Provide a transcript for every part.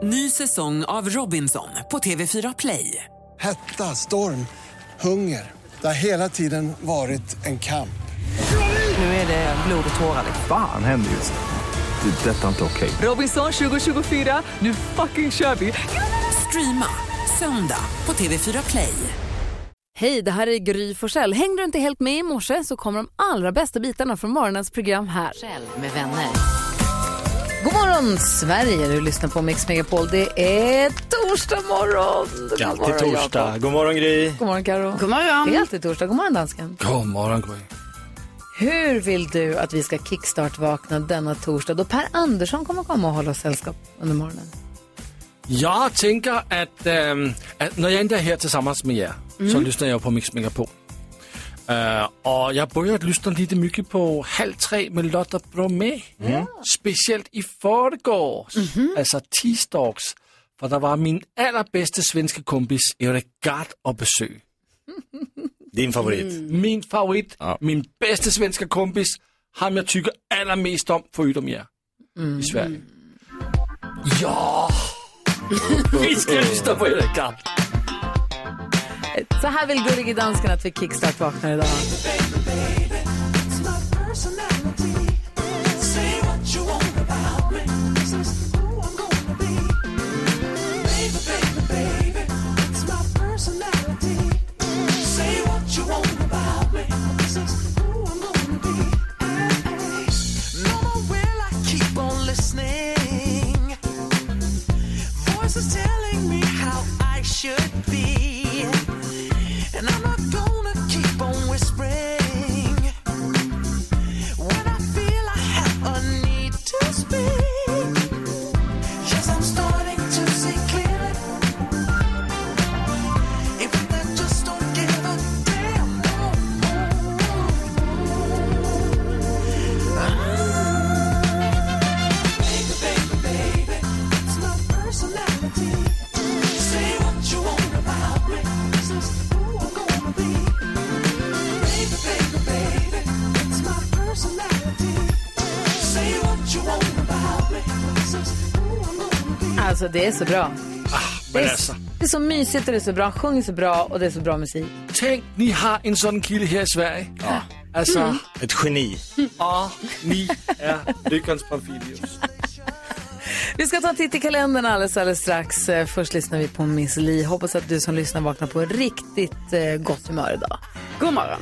Ny säsong av Robinson på TV4 Play. Hetta, storm, hunger. Det har hela tiden varit en kamp. Nu är det blod och tårar. Fan händer just det. Det är detta inte okej. Robinson 2024, nu fucking kör vi. Streama söndag på TV4 Play. Hej, det här är Gry Forssell. Hängde du inte helt med i morse så kommer de allra bästa bitarna från morgonens program här. Själv med vänner. God morgon Sverige, du lyssnar på Mix Megapol. Det är torsdag morgon. Alltid torsdag. Jakob. God morgon Gry. God morgon Karo. God morgon. Det är alltid torsdag. God morgon dansken. God morgon Gry. Hur vill du att vi ska kickstart-vakna denna torsdag då Per Andersson kommer komma och hålla oss sällskap under morgonen? Jag tänker att när jag inte är här tillsammans med er så lyssnar jag på Mix Megapol. Och jag började lyssna lite mycket på Halv 3 med Lotta Bromé. Speciellt i förrgår, alltså tisdags. För det var min allra bästa svenska kompis Erik Gard och besök. Din favorit. Min favorit, Ja. min bästa svenska kompis. Han jag tycker allra mest om, förutom er i Sverige. Ja! Vi ska lyssna på Erik Gard. Så här vill gullige dansken att vi kickstart vaknar idag. Alltså det är så bra. Det är så mysigt och det är så bra. Han sjunger så bra och det är så bra musik. Tänk, ni har en sån kille här i Sverige. Ja. Alltså, Ett geni. ja, ni är lyckans Pamphilius. Vi ska ta en titt i kalendern alldeles strax. Först lyssnar vi på Miss Li. Hoppas att du som lyssnar vaknar på riktigt gott humör idag. God morgon.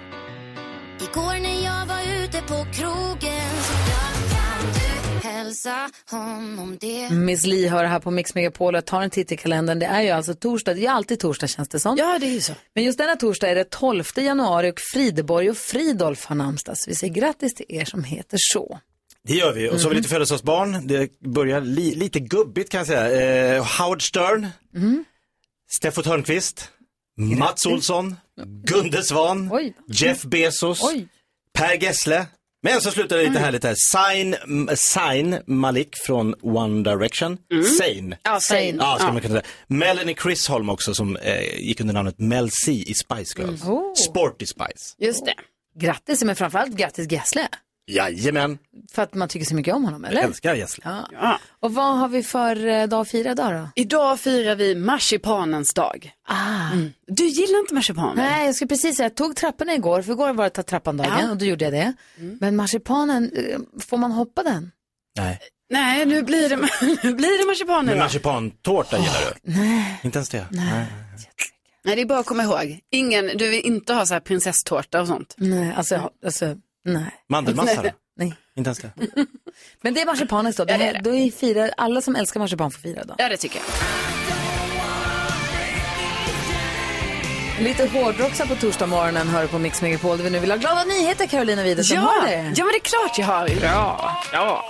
Igår när jag var ute på krogen så kan du hälsa honom det. Miss Li hör här på Mix Megapol och tar en titt i kalendern. Det är ju alltså torsdag. Det är alltid torsdag känns det som. Ja, det är ju så. Men just denna torsdag är det 12 januari och Frideborg och Fridolf har namnsdag. Så vi säger grattis till er som heter så. Det gör vi. Och så har vi lite födelsedagsbarn. Det börjar lite gubbigt kan jag säga. Howard Stern. Steffo Törnqvist. Mats Olsson. Gunde Svan. Oj. Jeff Bezos. Oj. Per Gessle. Men så slutar det lite härligt här. Zayn Malik från One Direction. Zayn. Ja, Zayn. Ja, ska man kunna säga. Melanie Chisholm också som gick under namnet Mel C i Spice Girls. Sporty Spice. Just det. Grattis, men framförallt grattis Gessle. Jajamän. För att man tycker så mycket om honom, eller? Jag älskar Gessle. Ja. Och vad har vi för dag att fira idag då? Idag firar vi marsipanens dag. Du gillar inte marsipanen? Nej, jag skulle precis säga, jag tog trapporna igår, för igår var det ta trappandagen och då gjorde jag det. Men marsipanen, får man hoppa den? Nej, nu blir det marsipanen. Men marsipantårta gillar du? Nej. Inte ens det? Nej. Nej, det är bara att komma ihåg. Du vill inte ha så här prinsesstårta och sånt. Nej, alltså nej. Mandelmassa då? Nej. Inte ens det. Men det är marsipanens då. Då är firar, alla som älskar marsipan får fira då. Ja, det tycker jag. Lite hårdrocksa på torsdag morgonen hör på Mix Megapol. Vi nu vill ha glada nyheter, Carolina Widerström. Har det? Ja, men det är klart jag har. Ja.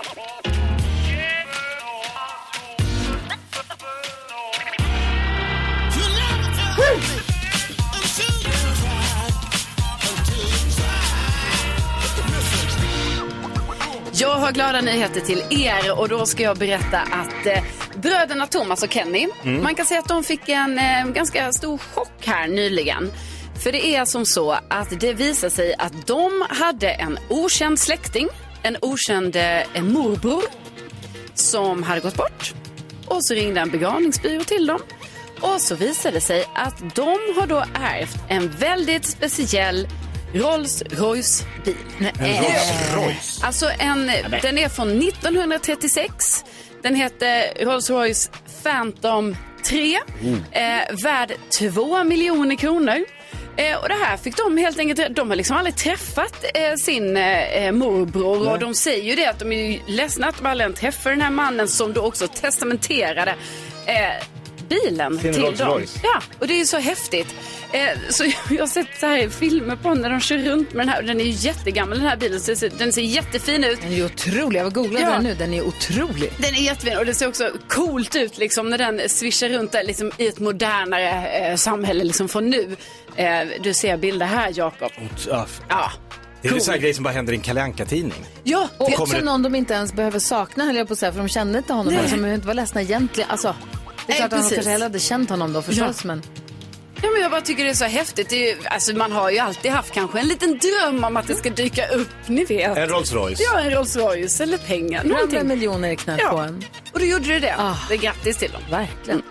Jag har glada nyheter till er och då ska jag berätta att bröderna Thomas och Kenny, man kan säga att de fick en ganska stor chock här nyligen. För det är som så att det visar sig att de hade en okänd släkting, en okänd morbror som hade gått bort. Och så ringde en begravningsbyrå till dem. Och så visade det sig att de har då ärvt en väldigt speciell Rolls-Royce-bil. Rolls-Royce? Alltså den är från 1936. Den heter Rolls-Royce Phantom 3. Värd 2 miljoner kronor. Och det här fick de helt enkelt, de har liksom aldrig träffat sin morbror. Och de säger ju det att de är ju ledsna att de aldrig träffar den här mannen som då också testamenterade bilen sin till dem. Rolls-Royce. Ja, och det är ju så häftigt. Så jag har sett så här filmer på när de kör runt med den här. Den är ju jättegammal den här bilen, så den ser jättefin ut. Den är ju otrolig, jag googlade den nu, den är otrolig. Den är jättefin och det ser också coolt ut liksom, när den svischar runt där, liksom, i ett modernare samhälle liksom, från nu. Du ser bilder här, Jakob. Ja. Det är ju sån här grej som bara händer i en Kalle Anka-tidning. Ja, och också någon de inte ens behöver sakna, höll jag på att säga, för de kände inte honom, eller som inte var ledsna egentligen. Alltså, det är klart att han kanske hellre hade känt honom då förstås, men... Ja, men jag bara tycker det är så häftigt. Det är ju, alltså, man har ju alltid haft kanske en liten dröm om att det ska dyka upp, ni vet. En Rolls-Royce. Ja, en Rolls-Royce eller pengar. 100 miljoner i knät på en. Och då gjorde du det. Det är grattis till dem. Verkligen.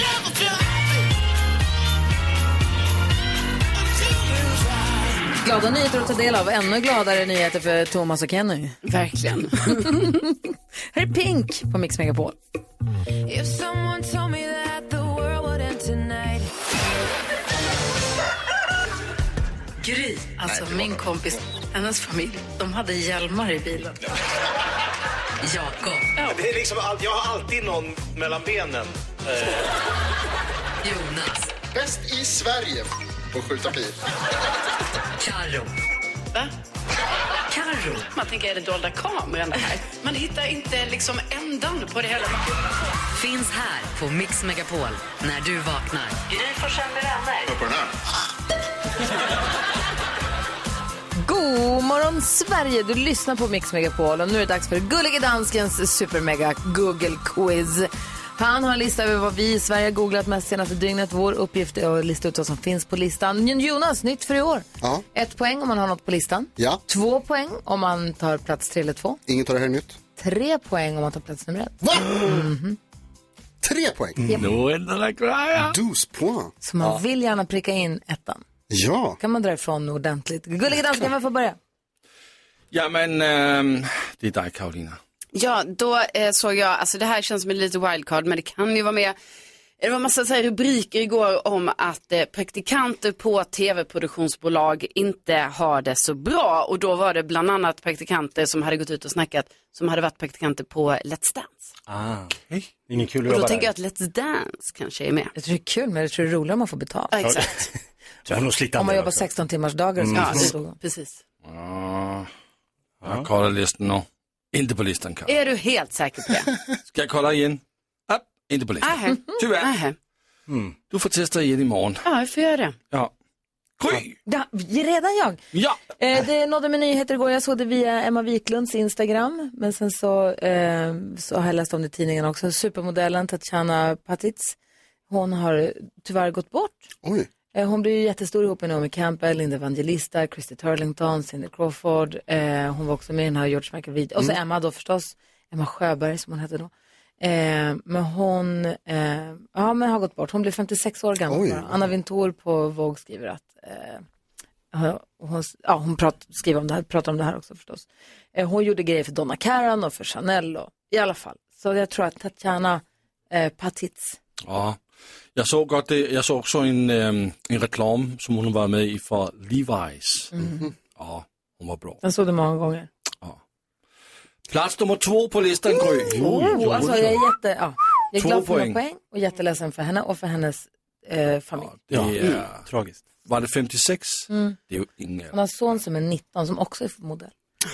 Glada nyheter att ta del av. Ännu gladare nyheter för Thomas och Kenny. Verkligen. Här är Pink på Mix Megapol. If someone told me that the world would end tonight. Gry, alltså min kompis, hennes familj, de hade hjälmar i bilen. Jakob. Ja. Det är liksom, jag har alltid någon mellan benen. Jonas. Bäst i Sverige på skjuta bil. Karo. Va? Karo. Man tänker, är det dolda kameran det här? Man hittar inte liksom ändan på det hela. Finns här på Mix Megapol när du vaknar. Gry Forssell med vänner. På den här. God morgon Sverige, du lyssnar på Mix Megapol och nu är det dags för Gullige Danskens supermega Google Quiz. Han har en lista över vad vi i Sverige har googlat mest senaste dygnet. Vår uppgift är att lista ut vad som finns på listan. Jonas, nytt för i år. Ja. 1 poäng om man har något på listan. Ja. 2 poäng om man tar plats 3 eller 2. Ingen tar det här nytt. 3 poäng om man tar plats nummer 1. Va? 3 poäng? Nu är det grejer. 12 poäng. Så man vill gärna pricka in ettan. Ja. Kan man dra ifrån ordentligt. Gullige Dansken, vem får börja? Ja, men det är dig, Karolina. Ja, då såg jag, alltså det här känns som en lite wildcard, men det kan ju vara med. Det var massa så här rubriker igår om att praktikanter på tv-produktionsbolag inte har det så bra. Och då var det bland annat praktikanter som hade gått ut och snackat, som hade varit praktikanter på Let's Dance. Okay. Ingen kul att och då jobba tänker jag där. att Let's Dance kanske är med. Jag tror det är kul, men jag tror det är roligare om man får betalt. Ja, exakt. Om man jobbar 16 timmars dagar så Ja, precis. Jag kollar listan nu. Inte på listan, Karl. Är du helt säker på det? Ska jag kolla igen? Inte på listan. Tyvärr. Du får testa igen imorgon. Ja, jag får göra det. Ja. Gry! Ja, redan jag? Ja. Det nådde med nyheter igår. Jag såg det via Emma Wiklunds Instagram. Men sen så har jag läst om det i tidningen också. Supermodellen Tatjana Patitz. Hon har tyvärr gått bort. Oj. Hon blev ju jättestor ihop med Naomi Campbell, Linda Evangelista, Christy Turlington, Cindy Crawford. Hon var också med i den här George Michael-videon. Och så Emma då förstås. Emma Sjöberg som hon hette då. Men hon men har gått bort. Hon blev 56 år gammal. Anna Wintour på Vogue skriver att hon skriver om det här, pratar om det här också förstås. Hon gjorde grejer för Donna Karan och för Chanel och, i alla fall. Så jag tror att Tatjana Patitz. Ja. Jag såg också en reklam som hon var med i för Levi's. Ja, hon var bra. Den såg det många gånger. Ja. Plats nummer 2 på listan, Gry. Alltså jag är jag är glad för några poäng och jätteledsen för henne och för hennes familj. Ja, det är tragiskt. Var det 56? Det är ju ingen. Hon har en son som är 19 som också är modell.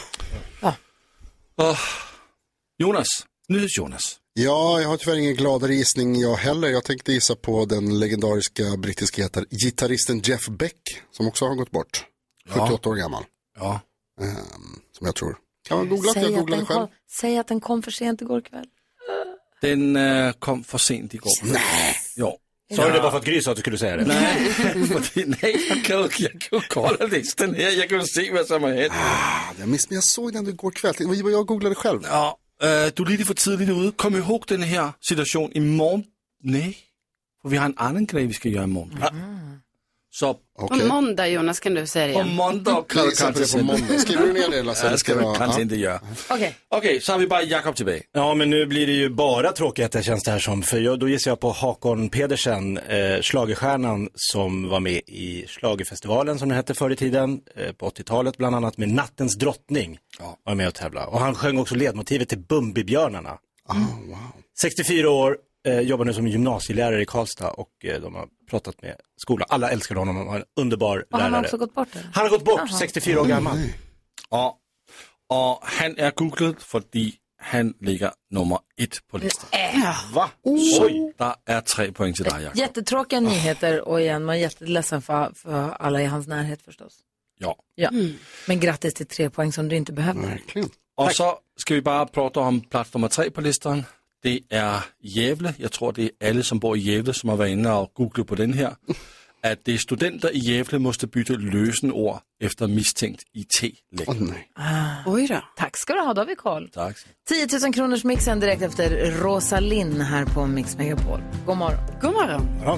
Jonas, Jonas. Ja, jag har tyvärr ingen gladare gissning jag heller. Jag tänkte gissa på den legendariska brittiska gitarristen Jeff Beck som också har gått bort. 78 år gammal. Ja. Som jag tror. Kan man googla? Jag googlade själv. Säg att den kom för sent igår kväll. Den kom för sent igår. Nej. Ja. Sa du det bara för att Gry sa att du skulle säga det? Nej, jag kan kolla listan här. Jag kan se vad som har hänt. Jag såg den igår kväll. Jag googlade själv. Ja. du är lite för tidigt ute. Kom ihåg den här situationen imorgon. Nej, för vi har en annan grej vi ska göra imorgon. Så, okay. På måndag, Jonas, kan du säga det igen. På måndag kan det på måndag. Skriver du ner det, Lasse? Det ska vi kanske inte göra. Okej, så har vi bara Jakob tillbaka. Ja, men nu blir det ju bara tråkigheter, känns det här som. För då gissar jag på Hakon Pedersen, schlagerstjärnan som var med i Schlagerfestivalen som det hette förr i tiden, på 80-talet bland annat, med Nattens drottning. Var med och tävla. Och han sjöng också ledmotivet till Bumbibjörnarna. Wow. 64 år. Jobbar nu som gymnasielärare i Karlstad och de har pratat med skolan. Alla älskar honom, han har en underbar lärare. Han har också gått bort? Eller? Han har gått bort, 64 år gammal. Och han är googlet för att han ligger nummer 1 på listan. Va? Så där är 3 poäng till dig, Jakob. Jättetråkiga nyheter och igen, man är jätteledsen för alla i hans närhet förstås. Ja. Men grattis till 3 poäng som du inte behövde. Verkligen. Och så ska vi bara prata om plats nummer 3 på listan. Det är Gävle. Jag tror det är alla som bor i Gävle som har varit inne och googlat på den här. Att det är studenter i Gävle måste byta lösenord efter misstänkt IT-läck. Oj då. Tack ska du ha, då har vi koll. Tack. 10 000 kronors mixen direkt efter Rosalind här på Mix Megapol. God morgon. God morgon. Ja.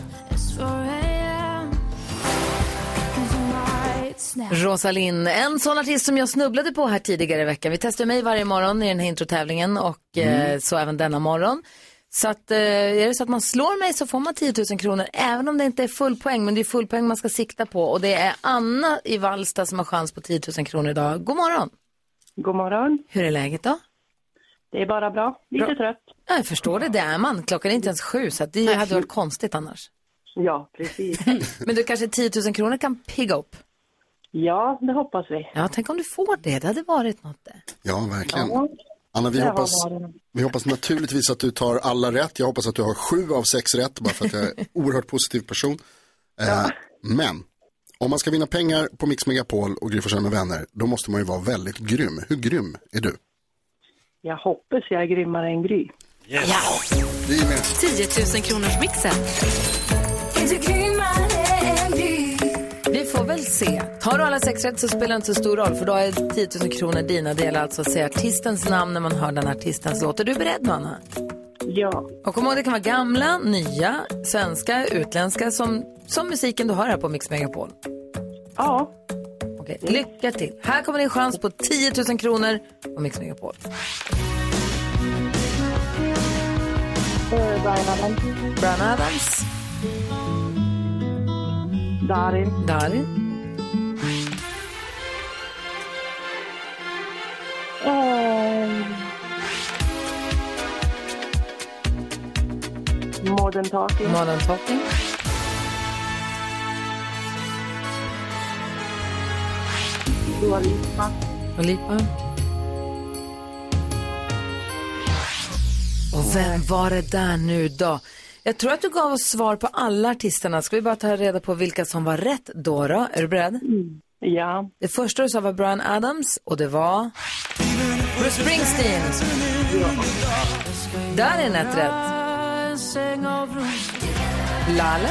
Rosalind, en sån artist som jag snubblade på här tidigare i veckan. Vi testar mig varje morgon i den här introtävlingen och så även denna morgon. Så att är det så att man slår mig så får man 10 000 kronor även om det inte är full poäng, men det är full poäng man ska sikta på. Och det är Anna i Vallsta som har chans på 10 000 kronor idag. God morgon. God morgon. Hur är läget då? Det är bara bra. Lite trött. Jag förstår det är man. Klockan är inte ens 7 så att det hade varit konstigt annars. Ja, precis. Men du kanske 10 000 kronor kan pigga upp? Ja, det hoppas vi. Ja, tänk om du får det. Det hade varit något det. Ja, verkligen. Ja. Anna, vi hoppas naturligtvis att du tar alla rätt. Jag hoppas att du har 7 av 6 rätt, bara för att jag är en oerhört positiv person. Men om man ska vinna pengar på Mix Megapol och Gry Forssell med vänner, då måste man ju vara väldigt grym. Hur grym är du? Jag hoppas jag är grymmare än Gry. Yes. Ja. Vi är med. 10 000 kronors mixen. Vi får väl se. Tar du alla 6 rätt så spelar det inte så stor roll, för då är 10 000 kronor dina. Det gäller alltså att säga artistens namn när man hör den artistens låt. Är du beredd, Anna? Ja. Och kom ihåg, det kan vara gamla, nya, svenska, utländska, som musiken du hör här på Mix Megapol. Ja. Okej, lycka till. Här kommer din chans på 10 000 kronor på Mix Megapol. Brian Adams. Darin. Modern Talking. Dua Lipa. Och vem var det där nu då? Jag tror att du gav oss svar på alla artisterna. Ska vi bara ta reda på vilka som var rätt då? Är du beredd? Ja. Det första du sa var Brian Adams och det var Bruce Springsteen. Ja. Där är ett rätt. Lale.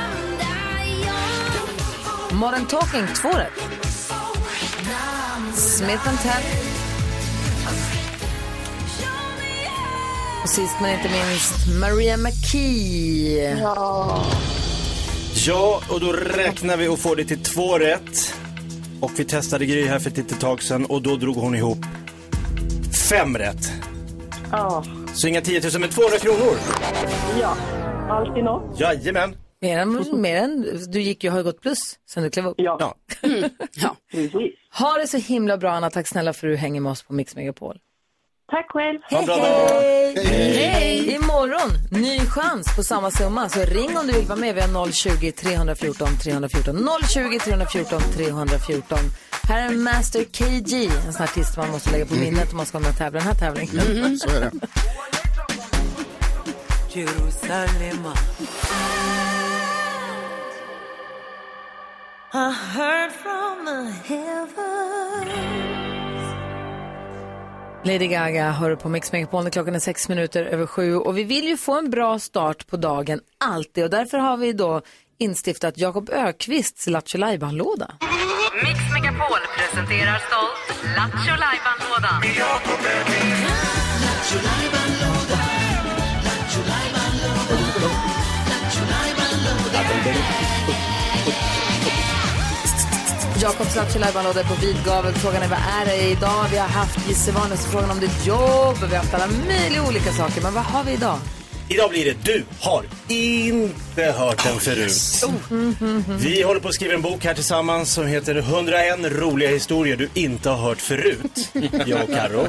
Modern Talking, 2 rätt. Smith & Tell. Och sist men inte minst Maria McKee. Ja, och då räknar vi och får det till 2 rätt. Och vi testade Gry här för ett litet tag sedan och då drog hon ihop 5 rätt. Så inga 10 000 med 200 kronor. Ja, alltid något. Jajamän. Mer än du har ju gått plus sen du klev upp. Ja. Ja, precis. Ha det så himla bra, Anna. Tack snälla för att du hänger med oss på Mix Megapol. Tack själv. Hej. Imorgon, ny chans på samma summa. Så ring om du vill vara med. Vi har 020 314 314. 020 314 314. Här är Master KG. En sån artist man måste lägga på minnet om man ska med tävla den här tävlingen. Så är det. Jerusalem. I heard from the heavens. Lady Gaga hör på Mix Megapol. Klockan är 6 minuter över 7 och vi vill ju få en bra start på dagen alltid, och därför har vi då instiftat Jakob Ökvists Lattjo Lajban-låda. Mix Megapol presenterar stolt Lattjo Lajban-lådan. Jakobs Lattjo-lajban-låda på vid gavel. Frågan är vad är det idag? Vi har haft Gissevanus frågan om ditt jobb. Vi har haft alla möjliga olika saker. Men vad har vi idag? Idag blir det Du har inte hört den förut. Vi håller på att skriva en bok här tillsammans som heter 101 roliga historier du inte har hört förut. Jag och Karo.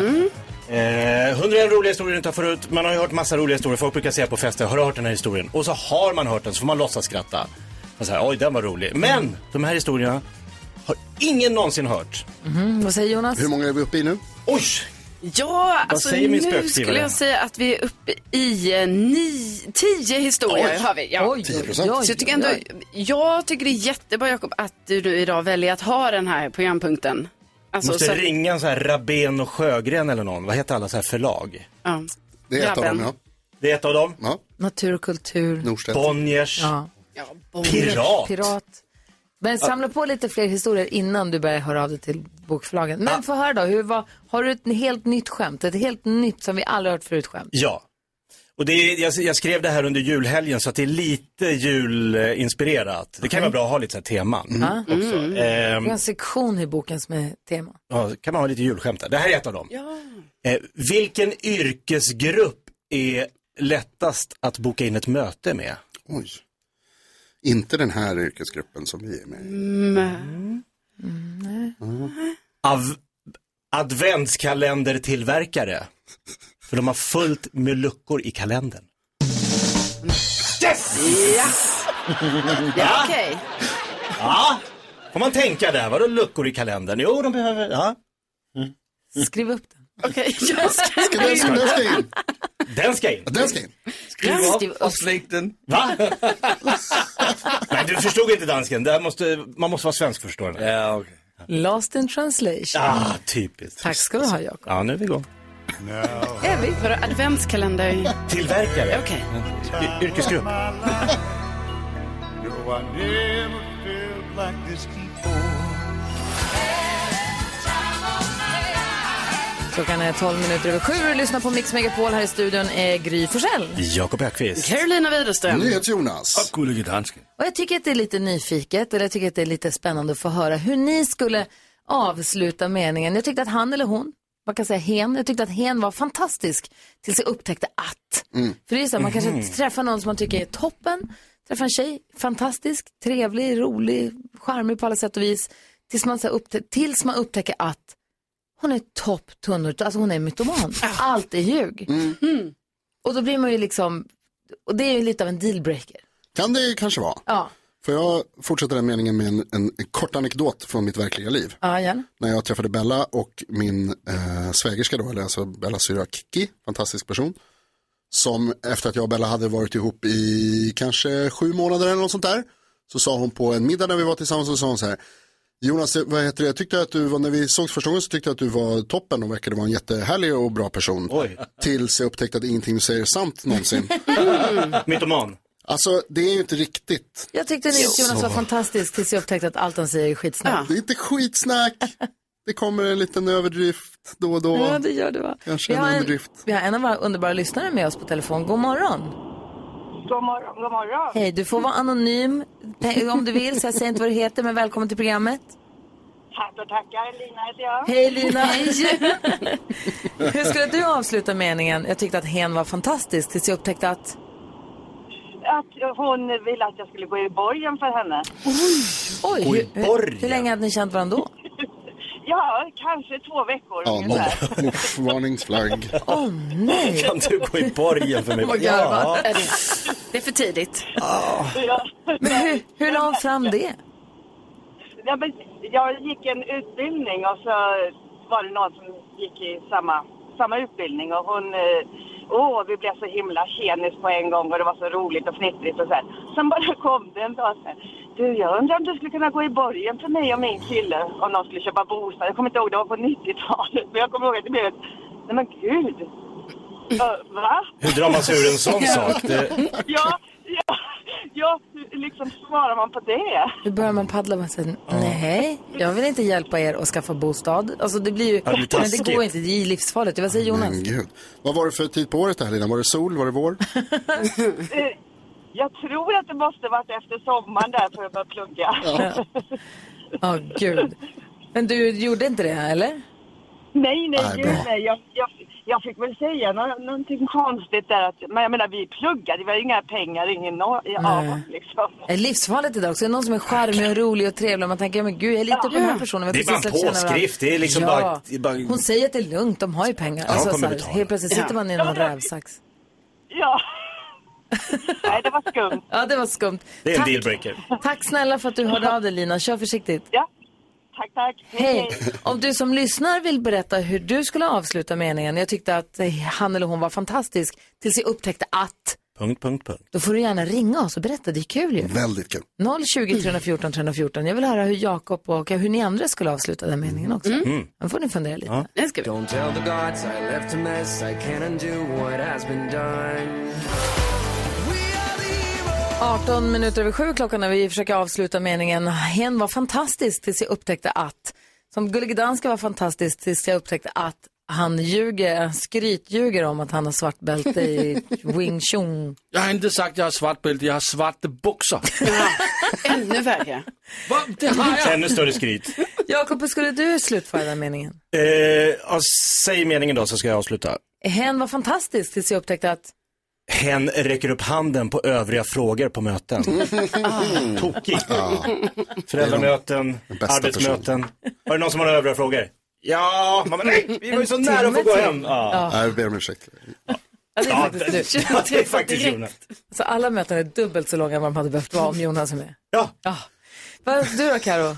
101 roliga historier du inte har förut. Man har ju hört massa roliga historier. Folk brukar säga på fester, har du hört den här historien? Och så har man hört den, så får man låtsas skratta. Man säger, oj, den var rolig. Men de här historierna har ingen någonsin hört. Vad säger Jonas? Hur många är vi uppe i nu? Oj! Ja, alltså nu skulle jag säga att vi är uppe i 10 historier. Har vi. Ja. 10%. Så jag tycker det är jättebra, Jakob, att du idag väljer att ha den här programpunkten. Alltså, måste ringa en så här Rabén och Sjögren eller någon. Vad heter alla så här förlag? Ja. Det är ett av dem, ja. Det är ett av dem? Ja. Natur och kultur. Norstedt. Bonniers. Ja. Pirat. Men samla på lite fler historier innan du börjar höra av dig till bokförlagen. Men få höra då, har du ett helt nytt skämt? Ett helt nytt som vi aldrig hört förut skämt? Ja. Och det är, jag skrev det här under julhelgen så att det är lite julinspirerat. Det kan vara bra att ha lite så här teman också. Det är en sektion i boken som är tema. Ja, kan man ha lite julskämt där. Det här är ett av dem. Ja. Vilken yrkesgrupp är lättast att boka in ett möte med? Oj. Inte den här yrkesgruppen som vi är med i. Adventskalendertillverkare. För de har fullt med luckor i kalendern. Yes! Ja, okej. Ja, får man tänka där. Vadå luckor i kalendern? Jo, de behöver... Ja. Skriv upp den. Okej, Den ska in. Den ska in. Den ska in. Skriv upp och släck den. Va? Nej, du förstod inte dansken. Man måste vara svensk förstående. Ja, okej. Lost in translation. Typiskt. Tack ska du ha, Jakob. Ja, nu är vi igång. Är vi? För adventskalender? Tillverkare. Okej. Yrkesgrupp. Klockan är 12 minuter över 7 och lyssnar på Mix Megapol. Här i studion är Gry Forssell. Jakob Öqvist. Carolina Widerström. Jonas. Och gullige dansken. Och jag tycker att det är lite nyfiket, eller jag tycker att det är lite spännande att få höra hur ni skulle avsluta meningen. Jag tyckte att han eller hon, vad kan jag säga, hen, jag tyckte att hen var fantastisk tills jag upptäckte att. För det är så att man kanske träffar någon som man tycker är toppen, träffar en tjej, fantastisk, trevlig, rolig, charmig på alla sätt och vis, tills man upptäcker att hon är topptunnor, alltså hon är mytoman. Allt är ljug. Och då blir man ju liksom, och det är ju lite av en dealbreaker. Kan det kanske vara? Ja. Får jag fortsätta den meningen med en kort anekdot från mitt verkliga liv? Ja, gärna. När jag träffade Bella och min svägerska då, eller alltså Bellas syra Kiki, fantastisk person. Som efter att jag och Bella hade varit ihop i kanske 7 månader eller något sånt där. Så sa hon på en middag när vi var tillsammans, så sa hon så här: Jonas, vad heter det? Jag tyckte att du var, när vi sågs första gången så tyckte jag att du var toppen och verkade vara en jättehärlig och bra person. Oj. Tills jag upptäckte att ingenting du säger är sant någonsin. Mytoman. Alltså, det är ju inte riktigt. Jag tyckte Jonas var fantastisk tills jag upptäckte att allt han säger är skitsnack. Ja. Det är inte skitsnack. Det kommer en liten överdrift då och då. Ja, det gör det, va? Kanske en underdrift. Vi har en av våra underbara lyssnare med oss på telefon. God morgon. God morgon, god morgon. Hej, du får vara anonym om du vill, så jag säger inte vad du heter, men välkommen till programmet. Tack och tackar, Lina heter jag. Hej Lina. Hur skulle du avsluta meningen? Jag tyckte att hen var fantastisk tills jag upptäckte att hon ville att jag skulle gå i borgen för henne. Oj, hur länge hade ni känt varandra då? Ja, kanske 2 veckor. Varningsflagg. Nej. Kan du gå i borgen för mig? Ja. Det är för tidigt. Men hur la hon fram det? Ja, men jag gick en utbildning och så var det någon som gick i samma utbildning och hon, vi blev så himla tjenis på en gång och det var så roligt och fnittrigt och så här. Sen bara kom det en dag så här: du, jag undrar om du skulle kunna gå i borgen för mig och min kille om någon skulle köpa bostad. Jag kommer inte ihåg, det var på 90-talet, men jag kommer ihåg att det blev ett, nej men gud. Va? Hur drar man sig ur en sån sak? Ja, Ja, hur liksom svarar man på det? Hur börjar man paddla och säger nej, jag vill inte hjälpa er att skaffa bostad. Alltså det blir ju, men det går inte, det är livsfarligt. Vad säger Jonas? Men gud. Vad var det för tid på året här, Lina? Var det sol, var det vår? Jag tror att det måste varit efter sommaren där för att börja plugga. Ja, gud. Men du gjorde inte det, eller? Nej. Jag fick väl säga någonting konstigt där. Men jag menar, vi pluggade, det var inga pengar, ingen av oss liksom. Det är livsfarligt idag också. Det är någon som är charmig och rolig och trevlig. Man tänker, men gud, jag litar på den här personen. Det är bara en påskrift. Det är liksom bara... Hon säger att det är lugnt, de har ju pengar. Ja, alltså, så här, helt plötsligt sitter man i någon rävsax. Ja. Nej, det var skumt. Ja, det var skumt. Det är en dealbreaker. Tack snälla för att du hörde av dig, Lina. Kör försiktigt. Ja. Tack. Hej. Om du som lyssnar vill berätta hur du skulle avsluta meningen. Jag tyckte att han eller hon var fantastisk tills jag upptäckte att... ... Då får du gärna ringa oss och berätta, det är kul ju. Väldigt kul. 020-314-314. Jag vill höra hur Jakob och hur ni andra skulle avsluta den meningen också. Då får ni fundera lite. Ja, det ska vi. Don't tell the gods I left a mess, I can't undo what has been done. 18 minuter över 7 klockan när vi försöker avsluta meningen. Hen var fantastisk tills jag upptäckte att. Som Gullige Danska var fantastisk tills jag upptäckte att han skrytljuger om att han har svart bälte i Wing Chun. Jag har inte sagt att jag har svart bälte, jag har svarta boxar. Ännu värre. Det har jag. Ännu större skryt. Jakob, hur skulle du slutföra den meningen? Säg meningen då så ska jag avsluta. Hen var fantastisk tills jag upptäckte att hen räcker upp handen på övriga frågor på möten. Tokigt. Föräldramöten, arbetsmöten. Har du någon som har övriga frågor? Ja, mamma, nej, vi var ju så nära att få gå hem. Nej, jag ber om ursäkt. Ja, det är faktiskt du. Det är faktiskt Jonas. Så alla möten är dubbelt så långa än vad de hade behövt vara om Jonas är med. Ja. Du då, Karo?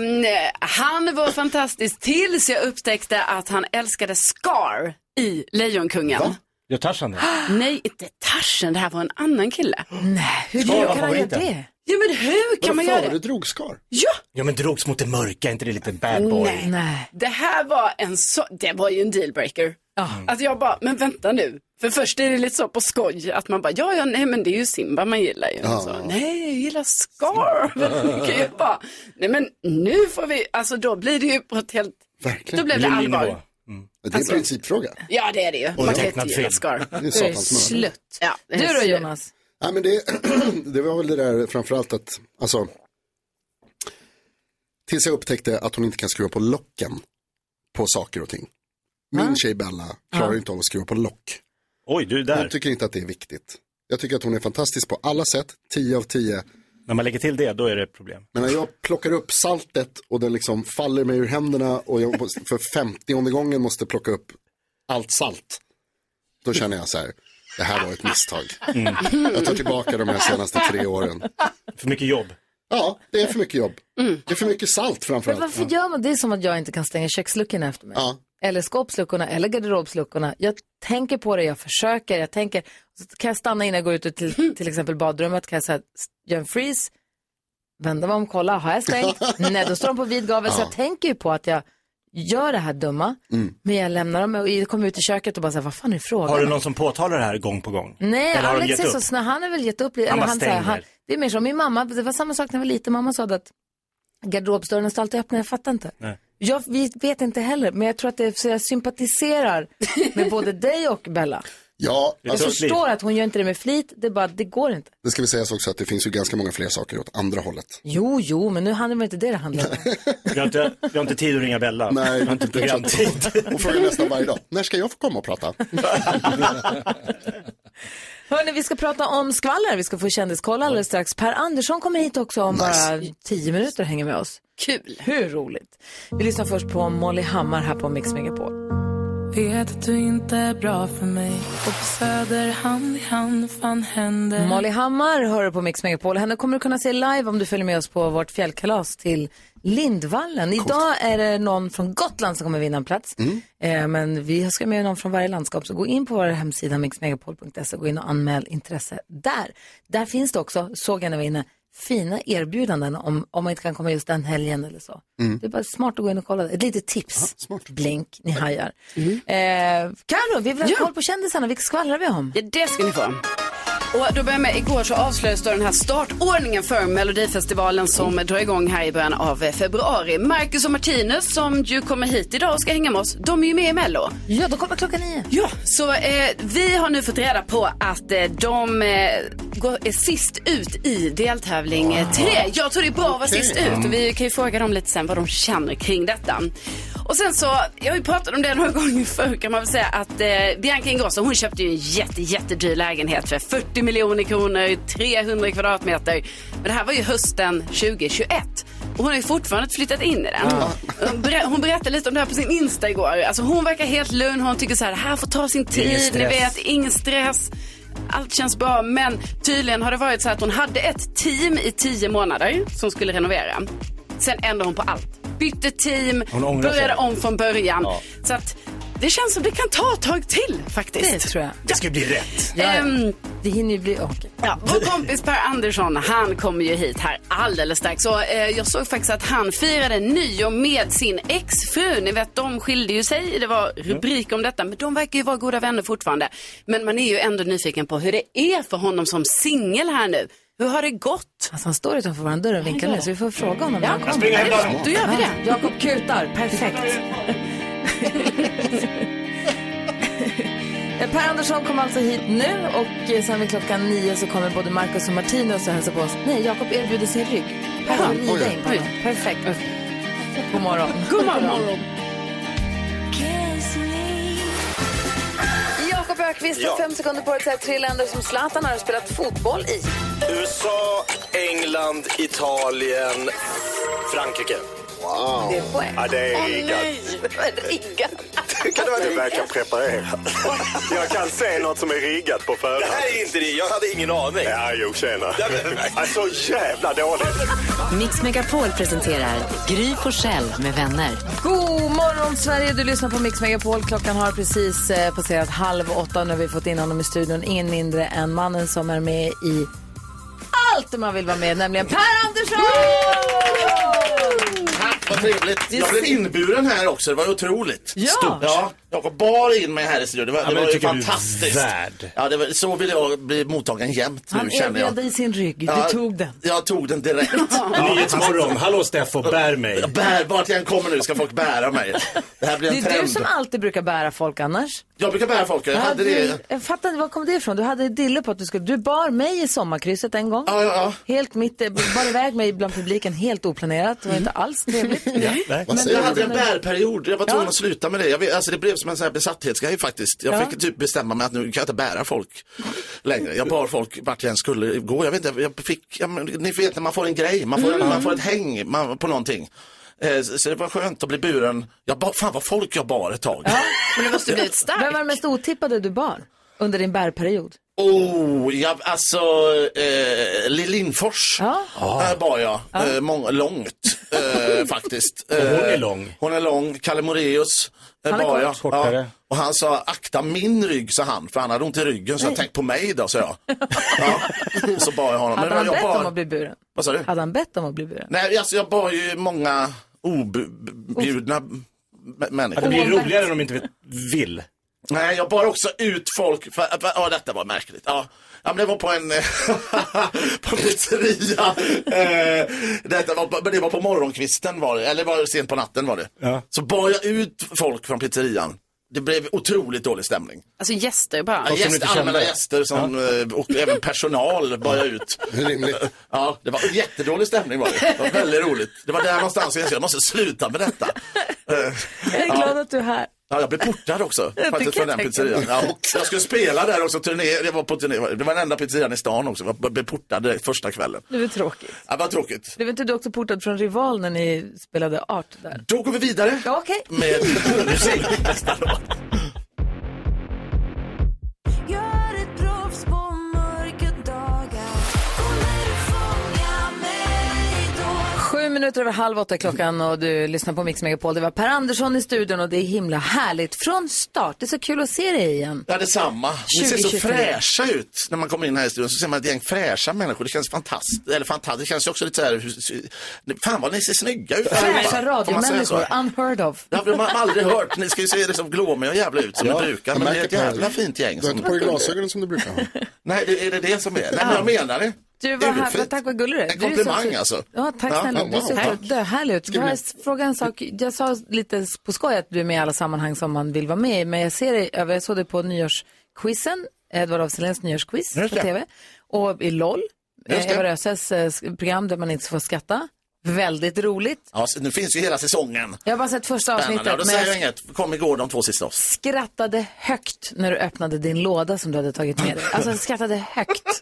Han var fantastisk tills jag upptäckte att han älskade Scar i Lejonkungen. Va? Jag Tarzan det? Nej, inte Tarzan. Det här var en annan kille. Nej, hur kan han göra det? Ja, men hur kan man göra det? Du drog Scar? Ja, men drogs mot det mörka, inte det lite bad boy? Nej. Det här var det var ju en dealbreaker. Alltså jag bara, men vänta nu. För först är det lite så på skoj att man bara, nej men det är ju Simba man gillar ju. Så, nej, jag gillar Scar. Jag bara, nej men nu får vi, alltså då blir det ju på ett helt, verkligen. Då blev det allvar. Det är en principfråga. Ja, det är det ju. Man kan inte gilla Scar. Det är slut. Ja, du då, Jonas? Nej, men det var väl det där framförallt att, alltså, tills jag upptäckte att hon inte kan skruva på locken på saker och ting. Min tjej Bella klarar inte av att skruva på lock. Oj, du är där. Jag tycker inte att det är viktigt. Jag tycker att hon är fantastisk på alla sätt, 10 av 10. När man lägger till det, då är det problem. Men när jag plockar upp saltet och det liksom faller mig ur händerna och jag för 50:e gången måste plocka upp allt salt, då känner jag så här, det här var ett misstag. Jag tar tillbaka de här senaste 3 åren. För mycket jobb. Ja, det är för mycket jobb. Det är för mycket salt framförallt. Men varför gör man det? Som att jag inte kan stänga köksluckorna efter mig. Eller skåpsluckorna, eller garderobsluckorna. Jag tänker på det, jag försöker. Jag tänker, så kan jag stanna innan jag går ut till exempel badrummet. Kan jag säga, göra en freeze. Vända mig om, kolla, har jag stängt? Nej, då står de på vid gavel. Så jag tänker ju på att jag gör det här dumma. Men jag lämnar dem och kommer ut i köket och bara säger, vad fan är frågan? Har du någon som påtalar det här gång på gång? Nej, Alex är så snäll. Han har väl gett upp. Eller han säger, det är mer som min mamma. Det var samma sak när jag var liten. Mamma sa att garderobsdörren står alltid öppna. Jag fattar inte. Nej. Vi vet inte heller. Men jag tror att jag sympatiserar med både dig och Bella. Ja, jag förstår att hon gör inte det med flit. Det är bara, det går inte. Det ska vi säga också att det finns ju ganska många fler saker åt andra hållet. Jo, men nu handlar det inte det handlar om. Vi har inte tid att ringa Bella. Nej, vi har inte programtid. Och frågar nästan varje dag, när ska jag få komma och prata? Hörrni, vi ska prata om skvaller. Vi ska få kändiskoll alldeles strax. Per Andersson kommer hit också om bara 10 minuter, hänger med oss. Kul. Hur roligt. Vi lyssnar först på Molly Hammar här på Mix Megapol. Vet att du inte är bra för mig. Och på Söder hand i hand fan händer. Molly Hammar hör på Mix Megapol. Henne kommer du kunna se live om du följer med oss på vårt fjällkalas till Lindvallen. Idag är det någon från Gotland som kommer vinna en plats. Men vi ska med någon från varje landskap. Så gå in på vår hemsida mixmegapol.se och gå in och anmäl intresse där. Där finns det också, såg jag när vi var inne, fina erbjudanden om man inte kan komma just den helgen eller så. Det är bara smart att gå in och kolla. Ett litet tips. Blink, ni hajar. Karo, vi vill ha koll på kändisarna. Vilka skvallrar vi om? Ja, det ska ni få. Och då börjar med, igår så avslöjades då den här startordningen för Melodifestivalen som drar igång här i början av februari. Marcus och Martinus som ju kommer hit idag och ska hänga med oss, de är ju med i Mello. Ja, de kommer 9:00. Ja, så vi har nu fått reda på att de är sist ut i deltävling 3. Jag tror det är bra att vara sist ut och vi kan ju fråga dem lite sen vad de känner kring detta. Och sen så, jag har ju pratat om det några gånger förr kan man väl säga att Bianca Ingrosso, hon köpte ju en jättedyr lägenhet för 40 miljoner kronor, 300 kvadratmeter. Men det här var ju hösten 2021. Och hon har ju fortfarande inte flyttat in i den. Hon berättade lite om det här på sin Insta igår. Alltså hon verkar helt lugn, hon tycker så här, det här får ta sin tid, ni vet, ingen stress. Allt känns bra, men tydligen har det varit så att hon hade ett team i 10 månader som skulle renovera. Sen ändrade hon på allt. Bytte team, började om från början. Ja. Så att det känns som det kan ta ett tag till faktiskt. Det tror jag. Det ska bli rätt. Det hinner ju bli okej. Ja, vår kompis Per Andersson, han kommer ju hit här alldeles strax. Så jag såg faktiskt att han firade nyår med sin exfru. Ni vet, de skilde ju sig. Det var rubrik om detta. Men de verkar ju vara goda vänner fortfarande. Men man är ju ändå nyfiken på hur det är för honom som singel här nu. Hur har det gått? Alltså han står utanför vår dörr och vinkar nu så vi får fråga honom. Ja, då gör vi det. Jakob kutar, perfekt. Per Andersson kommer alltså hit nu och sen vid 9:00 så kommer både Marcus och Martinus och hälsa på oss. Nej, Jakob erbjuder sin rygg. Perfekt. God morgon. God morgon. Jakob Ökvist har 5 sekunder på att säga 3 länder som Zlatan har spelat fotboll i. USA, England, Italien, Frankrike. Wow. Det är poäng. Ja, det är riggat. Det verkar preparerat. Jag kan se något som är riggat på förhand. Det här är inte det. Jag hade ingen aning. Ja, jo, tjena. Så jävla dåligt. Mix Megapol presenterar Gry Forssell med vänner. God morgon Sverige, du lyssnar på Mix Megapol. Klockan har precis passerat 7:30 när vi fått in honom i studion. Ingen mindre än mannen som är med i allt man vill vara med, nämligen Per Andersson! Vad trevligt. Jag blev inburen här också, det var otroligt. Ja. Ja, jag bar in mig här i studion. Det var ju fantastiskt. Värd. Ja, så vill jag bli mottagen jämt nu, han känner jag. Han erbjöd i sin rygg, du tog den. Jag tog den direkt. Nyhetsmorgon, hallå Steffo, bär mig. Vart jag än kommer nu ska folk bära mig. Det här blir en trend. Det är du som alltid brukar bära folk annars. Jag brukar bära folk, jag hade det. Jag fattar inte, var kom det ifrån? Du hade dille på att du bar mig i sommarkrysset en gång. Ja. Helt mitt, bar iväg mig bland publiken, helt oplanerat. Det var inte alls trevligt. Men jag hade en bärperiod, jag var tvungen att sluta med det. Alltså det blev som en sån här besatthetsgrej faktiskt. Jag fick typ bestämma mig att nu kan jag inte bära folk längre. Jag bar folk vart jag än skulle gå. Jag vet inte, ni vet när man får en grej, man får ett häng på någonting. Så det var skönt att bli buren. Fan vad folk jag bar ett tag. Ja, men det måste bli ett starkt. Vem var det mest otippade du bar under din bärperiod? Lill Lindfors bar jag långt faktiskt. Hon är lång. Hon är lång. Kalle Moraeus bar jag. Kortare. Och han sa, akta min rygg, sa han. För han hade ont i ryggen, så jag tänkte på mig då, sa jag. Så bar jag honom. Hade han bett om att bli buren? Vad sa du? Hade han bett om att bli buren? Nej, alltså jag bar ju många objudna människor. Det blir roligare om de inte vill. Nej, jag bar också ut folk. Detta var märkligt. Ja, men det var på en på pizzeria. Det var på morgonkvisten var det. Eller var det sent på natten var det. Ja. Så bar jag ut folk från pizzerian. Det blev otroligt dålig stämning. Alltså gäster bara. Ja, allmänna gäster och även personal bar jag ut. Rimligt. Ja, det var jättedålig stämning var det. Det var väldigt roligt. Det var där någonstans jag måste sluta med detta. Jag är glad att du är här. Ja, jag blev portad också faktiskt från den pizzerian. Ja, jag skulle spela där också, jag var på turné. Det var den enda pizzerian i stan också. Jag blev portad direkt första kvällen. Det var tråkigt. Ja, det var tråkigt. Blev inte du också portad från Rival när ni spelade Art där? Då går vi vidare. Ja, okej. Med musik nästa låt. 7 7:07 klockan och du lyssnar på Mix Megapol. Det var Per Andersson i studion och det är himla härligt från start. Det är så kul att se dig igen. Ja, det är samma. Ni ser så fräscha ut när man kommer in här i studion. Så ser man ett gäng fräscha människor. Det känns fantastiskt. Eller fantastiskt. Det känns ju också lite så här... Fan vad ni ser snygga ut. Fräscha radiomänniskor, unheard of. Det har man aldrig hört. Ni ska ju se det som glåmiga och jävla ut som ni brukar. Men det är ett jävla fint gäng. Du har inte på dig glasögonen som du brukar ha. Nej, är det som är? Nej, men jag menar det. Du var här, tack vad gullig du är. En komplimang alltså. Ja, tack snälla. Du ser så härlig ut. Jag fråga en sak. Jag sa lite på skoj att du är med i alla sammanhang som man vill vara med i. Men jag ser dig över, jag såg det på nyårsquizen. Edvard af Silléns nyårsquiz på tv. Och i LOL. Eva Röses program där man inte får skratta. Väldigt roligt. Ja, nu finns ju hela säsongen. Jag har bara sett första avsnittet. Ja, då säger jag inget. Kom igår de 2 sista. Skrattade högt när du öppnade din låda som du hade tagit med dig. Alltså skrattade högt.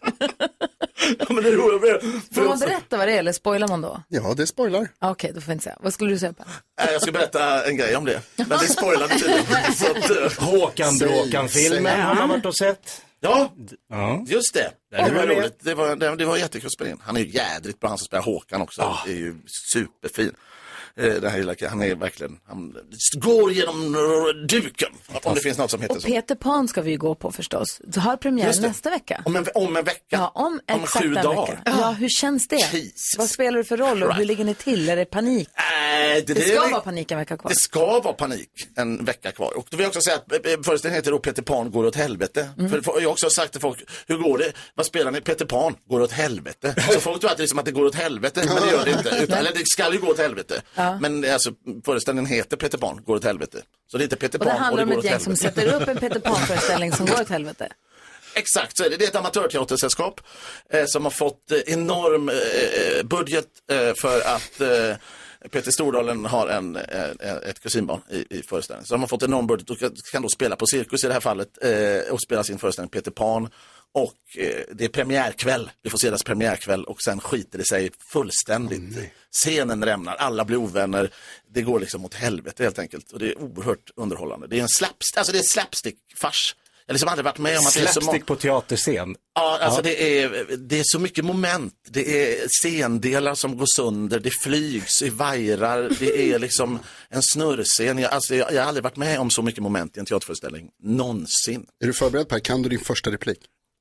Ja, men det är roligt. Får man berätta vad det är eller spoilar man då? Ja, det är spoilar. Okej, då får jag inte säga. Vad skulle du säga på? Jag ska berätta en grej om det. Men det spoilar tydligen. Håkan Bråkan-filmen har man varit och sett. Ja, just det. Det var roligt. Det var jättekul att spela in. Han är ju jädrigt bra, han som spelar Håkan också. Det är ju superfin. Det här lilla, han är verkligen, han går genom duken om det finns något som heter så. Och Peter Pan ska vi gå på förstås. Du har premiär nästa vecka. Om en vecka. Ja, om 7 dagar. Ja, hur känns det? Jesus. Vad spelar du för roll och hur ligger ni till? Är det panik? Det ska vara panik en vecka kvar. Det ska vara panik en vecka kvar. Och då vill jag också säga att föreställningen heter då Peter Pan går åt helvete. För jag har också sagt till folk, hur går det? Vad spelar ni? Peter Pan går åt helvete. Så folk tror att det är som att det går åt helvete, men det gör det inte. Eller det ska ju gå åt helvete. Ja. Men alltså, föreställningen heter Peter Pan går åt helvete. Så det är inte Peter Pan och det handlar och det om ett gäng som sätter upp en Peter Pan-föreställning som går åt helvete. Exakt, så är det. Det är ett amatörteatersällskap som har fått enorm budget för att Peter Stordalen har ett kusinbarn i föreställningen. Så de har fått enorm budget och kan då spela på cirkus i det här fallet och spela sin föreställning Peter Pan. Och det är premiärkväll, vi får se deras premiärkväll och sen skiter det sig fullständigt. Scenen rämnar, alla blir ovänner, det går liksom åt helvete helt enkelt. Och det är oerhört underhållande. Det är en slapstick-fars. Jag har liksom aldrig varit med om att slapstick det är så på teaterscen. Ja, alltså det är så mycket moment. Det är scendelar som går sönder, det flygs i vajrar, det är liksom en snurrscen. Jag har aldrig varit med om så mycket moment i en teaterföreställning någonsin. Är du förberedd, Per? Kan du din första replik?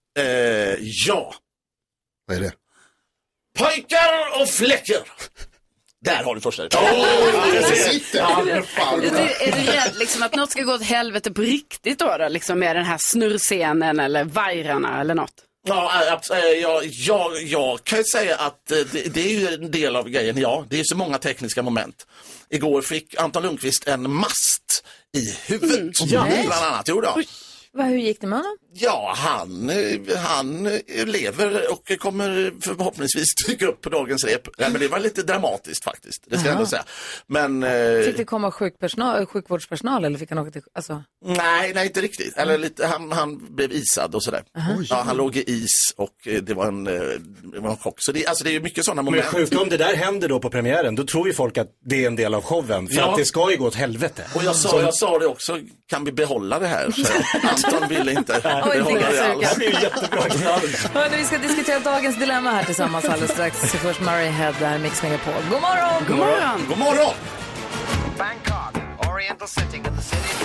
Ja. Vad är det? Pojkar och fläckar. Där har du första replik. Är du rädd liksom att något ska gå åt helvete på riktigt då liksom med den här snurrscenen eller vajrarna eller något? Jag kan ju säga att det är ju en del av grejen, ja. Det är så många tekniska moment. Igår fick Anton Lundqvist en mast i huvudet. Bland annat, jo då. Hur gick det med honom? Ja, han lever och kommer förhoppningsvis dyka upp på dagens rep. Ja, men det var lite dramatiskt faktiskt, det ska jag ändå säga. Men, fick det komma sjukvårdspersonal eller fick han åka till... Alltså... Nej, inte riktigt. Eller lite, han blev isad och sådär. Ja, han låg i is och det var en chock. Så det är ju mycket sådana moment. Men sjukt om det där händer då på premiären, då tror ju folk att det är en del av showen. För att det ska ju gå åt helvete. Och jag sa det också, kan vi behålla det här? Så Anton ville inte behålla det alls. Det är jättebra. Vi ska diskutera dagens dilemma här tillsammans alldeles strax. Så först Murray Head där, Mix Megapol. God morgon! God morgon! God morgon! Bangkok, Oriental setting in the city.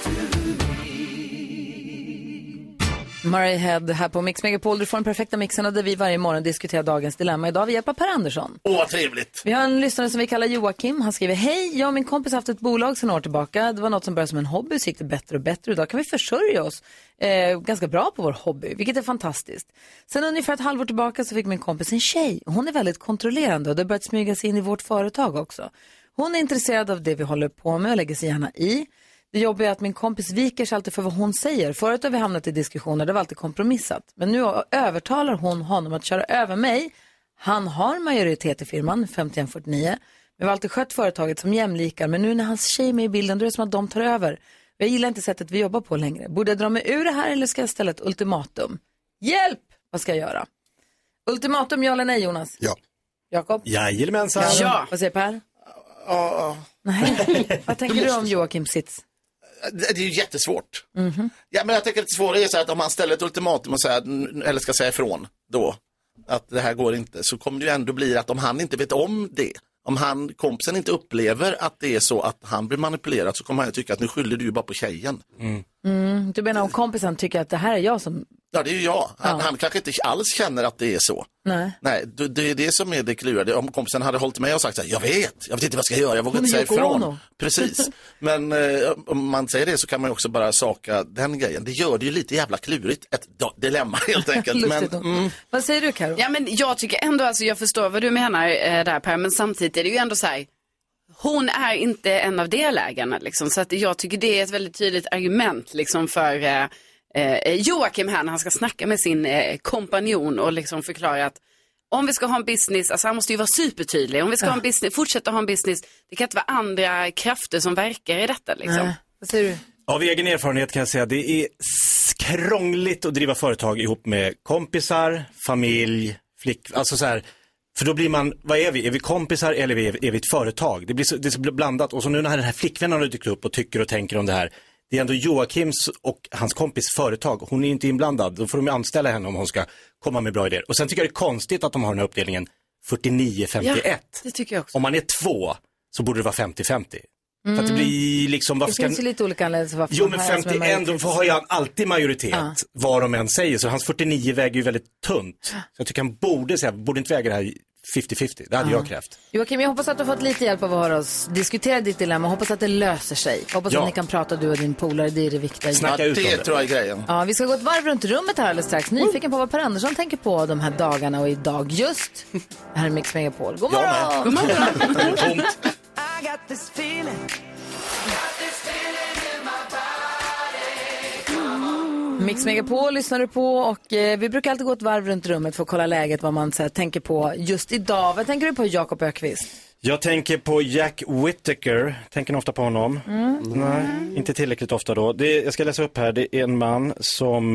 Murray Head här på Mix Megapol. Du får den perfekta mixen och där vi varje morgon diskuterar dagens dilemma. Idag vi hjälper Per Andersson. Vad trevligt. Vi har en lyssnare som vi kallar Joakim. Han skriver: hej, jag och min kompis har haft ett bolag sedan år tillbaka. Det var något som började som en hobby, så gick det bättre och bättre. Idag kan vi försörja oss ganska bra på vår hobby, vilket är fantastiskt. Sen ungefär ett halvår tillbaka så fick min kompis en tjej. Hon är väldigt kontrollerande och det har börjat smyga sig in i vårt företag också. Hon är intresserad av det vi håller på med och lägger sig gärna i. Det jobbiga är att min kompis viker sig alltid för vad hon säger. Förut har vi hamnat i diskussioner, det var alltid kompromissat. Men nu övertalar hon honom att köra över mig. Han har majoritet i firman, 51-49. Men vi har alltid skött företaget som jämlikar. Men nu när hans tjej är med i bilden, då är det som att de tar över. Jag gillar inte sättet vi jobbar på längre. Borde jag dra mig ur det här eller ska jag ställa ett ultimatum? Hjälp! Vad ska jag göra? Ultimatum, ja eller nej, Jonas? Ja. Jakob? Jajamensan. Ja. Vad säger Per? Ja. Nej. Vad tänker du om Joakim sits? Det är ju jättesvårt. Ja, men jag tänker att det svåra är så att om man ställer ett ultimatum och säger, eller ska säga ifrån då, att det här går inte, så kommer det ju ändå bli att om han inte vet om det, Om kompisen inte upplever att det är så att han blir manipulerad, så kommer han att tycka att nu skyller du ju bara på tjejen. Du menar om kompisen tycker att det här är jag som... Ja, det är ju jag. Han kanske inte alls känner att det är så. Nej, det är det som är det kluriga. Om kompisen hade hållit med och sagt så här, jag vet inte vad jag ska göra, jag vågar inte säga ifrån. Precis. Men om man säger det så kan man ju också bara saka den grejen. Det gör det ju lite jävla klurigt. Ett dilemma helt enkelt. Vad säger du, Karo? Ja, men jag tycker ändå, alltså jag förstår vad du menar där, Per, men samtidigt är det ju ändå så här, hon är inte en av delägarna liksom, så att jag tycker det är ett väldigt tydligt argument liksom för Joakim här när han ska snacka med sin kompanjon och liksom förklara att om vi ska ha en business, alltså han måste ju vara supertydlig, om vi ska ha en business, fortsätta ha en business, det kan inte vara andra krafter som verkar i detta liksom. Vad säger du? Av egen erfarenhet kan jag säga att det är krångligt att driva företag ihop med kompisar, familj, alltså så här. För då blir man, vad är vi? Är vi kompisar eller är vi ett företag? Det är så blandat. Och så nu när den här flickvännen har dykt upp och tycker och tänker om det här. Det är ändå Joakims och hans kompis företag. Hon är inte inblandad. Då får de anställa henne om hon ska komma med bra idéer. Och sen tycker jag det är konstigt att de har den här uppdelningen 49-51. Ja, det tycker jag också. Om man är 2 så borde det vara 50-50. För att det blir liksom... Det finns ju lite olika anledningar. Jo, men 51, då har jag alltid majoritet vad de än säger. Så hans 49 väger ju väldigt tunt. Så jag tycker han borde inte väga det här 50-50. Det hade jag krävt. Joakim, jag hoppas att du har fått lite hjälp av att höra oss diskutera ditt dilemma. Hoppas att det löser sig. Hoppas att ni kan prata, du och din polare. Det är det viktiga. Snacka ut det tror jag är grejen. Ja, vi ska gå ett varv runt rummet här alldeles strax. Nyfiken på vad Per Andersson tänker på de här dagarna och idag. Just det här är Mix Megapol. God morgon! God morgon! I got this feeling. Mix Megapol lyssnar du på och vi brukar alltid gå ett varv runt rummet för att kolla läget, vad man så här, tänker på just idag. Vad tänker du på, Jakob Ökvist? Jag tänker på Jack Whittaker. Tänker ni ofta på honom? Nej, inte tillräckligt ofta då. Jag ska läsa upp här. Det är en man som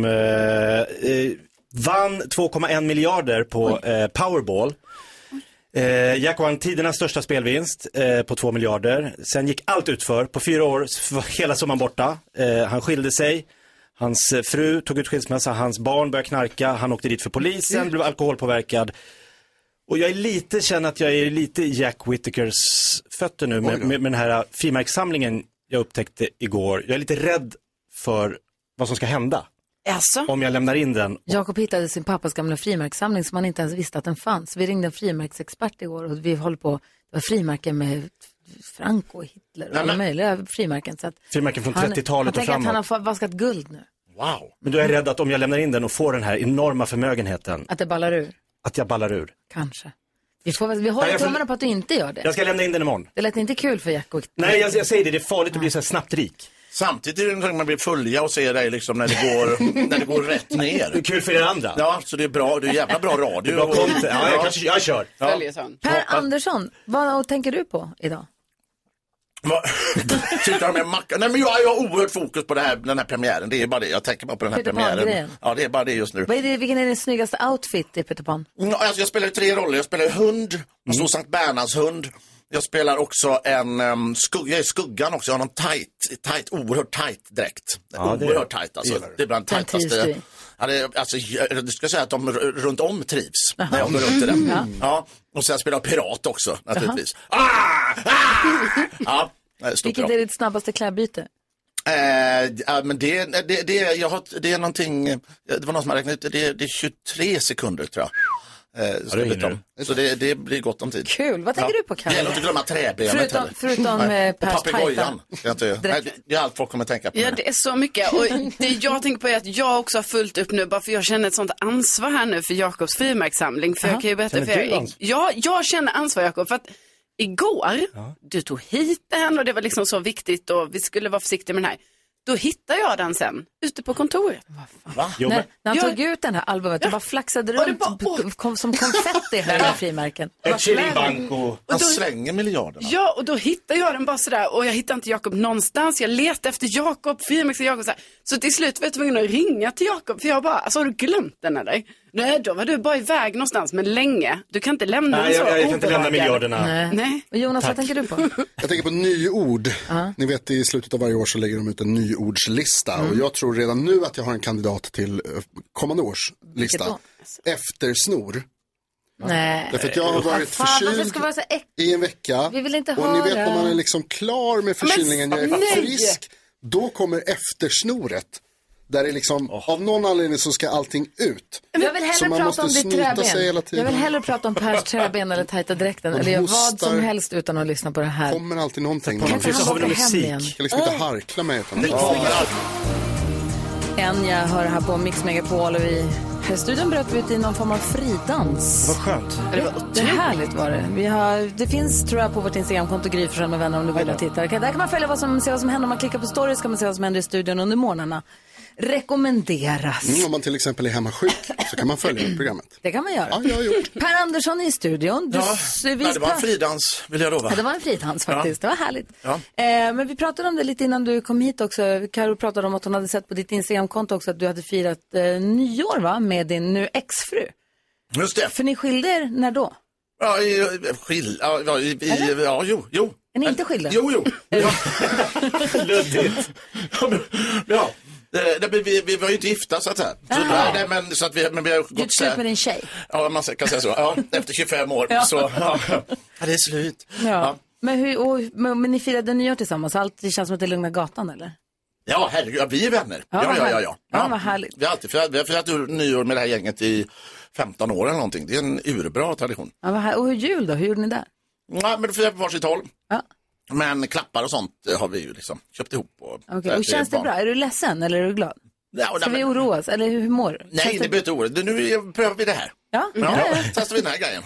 vann 2,1 miljarder på Powerball. Jack vann tidernas största spelvinst på 2 miljarder. Sen gick allt utför. På 4 år var hela summan borta. Han skilde sig. Hans fru tog ut skilsmässa. Hans barn började knarka. Han åkte dit för polisen. Blev alkoholpåverkad. Och jag känner att jag är lite i Jack Whittakers fötter nu med den här frimärkssamlingen jag upptäckte igår. Jag är lite rädd för vad som ska hända. Alltså? Om jag lämnar in den. Jakob hittade sin pappas gamla frimärkssamling som han inte ens visste att den fanns. Vi ringde en frimärksexpert igår och vi håller på, det var frimärken med Franco och Hitler och alla möjliga frimärken. Så att frimärken från 30-talet och framåt. Han tänker att han har vaskat guld nu. Wow. Men då är jag rädd att om jag lämnar in den och får den här enorma förmögenheten. Att det ballar ur? Att jag ballar ur. Kanske. Vi håller tummarna på att du inte gör det. Jag ska lämna in den imorgon. Det lät inte kul för Jack. Nej, jag säger det är farligt att bli så här snabbt rik. Samtidigt är det någonting man blir följa och ser dig liksom när det går rätt ner. Det är kul för er andra. Ja, så det är bra. Det är jävla bra radio. Bra content. Ja, jag kör. Ja. Per Andersson, vad tänker du på idag? Sitter med macka. Nej, men jag har oerhört fokus på den här premiären. Det är bara det. Jag tänker bara på den här premiären. Ja, det är bara det just nu. Vilken är den snyggaste outfit i Peter Pan? Alltså, jag spelar 3 roller. Jag spelar hund, och Sankt Bernhards hund. Jag spelar också jag är skuggan också. Jag har någon oerhört tight dräkt. Ja, oerhört tight alltså. Det är bland tajtaste. Ja, alltså, du ska säga att de runt om trivs när jag går runt i den. Ja. Och sen spelar jag pirat också naturligtvis. Ja, vilket är ditt snabbaste klädbyte? Men det är någonting. Det var någon som har räknat ut det är 23 sekunder tror jag. Så det blir gott om tid. Kul, vad tänker du på, Karin? Jag vill inte glömma träbenet förutom Pers papegojan. Det är allt folk kommer tänka på. Ja, det är så mycket. Och det jag tänker på är att jag också har fullt upp nu, bara för jag känner ett sånt ansvar här nu för Jakobs frimärkssamling. För jag kan ju berätta för er. Jag känner ansvar, Jakob, för att igår, du tog hit den och det var liksom så viktigt och vi skulle vara försiktiga med den här. Då hittar jag den sen ute på kontoret. Va? När han tog ut den här albumet, det bara flaxade runt som konfetti här i frimärken. Ett shillingbank och han slänger miljarderna. Ja, och då hittar jag den bara sådär och jag hittar inte Jakob någonstans. Jag letar efter Jakob, frimärksen Jakob så till slut var jag tvungen att ringa till Jakob för jag bara, alltså har du glömt den eller? Nej, då var du bara iväg någonstans, men länge. Du kan inte lämna den så. Jag kan inte lämna miljarderna. Nej. Och Jonas, vad tänker du på? Jag tänker på nyord. Ni vet, i slutet av varje år så lägger de ut en nyordslista. Och jag tror redan nu att jag har en kandidat till kommande års lista. Efter snor. Nej. Därför att jag har varit förkyld i en vecka. Vi vill inte och höra. ni vet när man är liksom klar med förkylningen, jag är frisk. Då kommer eftersnoret. Där det liksom, av någon anledning så ska allting ut. Jag vill hellre prata om ditt träben. Jag vill hellre prata om Pers träben eller tajta dräkten. Eller göra vad som helst utan att lyssna på det här. Kommer alltid någonting. Kan inte han åka hem igen? Jag kan liksom inte harkla mig. Jag hör här på Mix Megapol och i studion bröt vi ut i någon form av fridans. Vad skönt. Det är härligt var det. Det finns, tror jag, på vårt Instagramkonto Gry Forssell med vänner om du vill och titta. Där kan man följa vad som händer. Om man klickar på stories kan man se vad som händer i studion under morgnarna. Rekommenderas. Om man till exempel är hemma sjuk så kan man följa programmet. Det kan man göra. Ja, jag har gjort. Per Andersson är i studion. Det var en fridans, vill jag lova. Ja, det var en fridans faktiskt. Ja. Det var härligt. Ja. Men vi pratade om det lite innan du kom hit också. Karo pratade om att hon hade sett på ditt Instagramkonto också att du hade firat nyår, va? Med din nu exfru. Just det. För ni skilde er när då? Ja, jo. Är ni inte skilda? Jo. Luddigt. Ja. Vi var ju inte gifta så att säga. Så men vi har gått du slut med din tjej? Ja, man kan säga så. Ja, efter 25 år så det är slut. Ja. Men ni firade nyår tillsammans. Allt känns som att det är lugna gatan, eller? Ja, herregud, vi är vänner. Ja. Ja, vad härligt. Vi har firat nyår med det här gänget i 15 år eller någonting. Det är en urbra tradition. Ja, och hur jul då? Hur gjorde ni där? Ja, men då firade vi på varsitt håll. Ja. Men klappar och sånt har vi ju liksom köpt ihop. Okej. Och känns det bra? Är du ledsen eller är du glad? Ja, ska vi oroas? Eller hur mår du? Nej, det blir inte oroligt. Nu prövar vi det här. Ja. Testar vi den här grejen.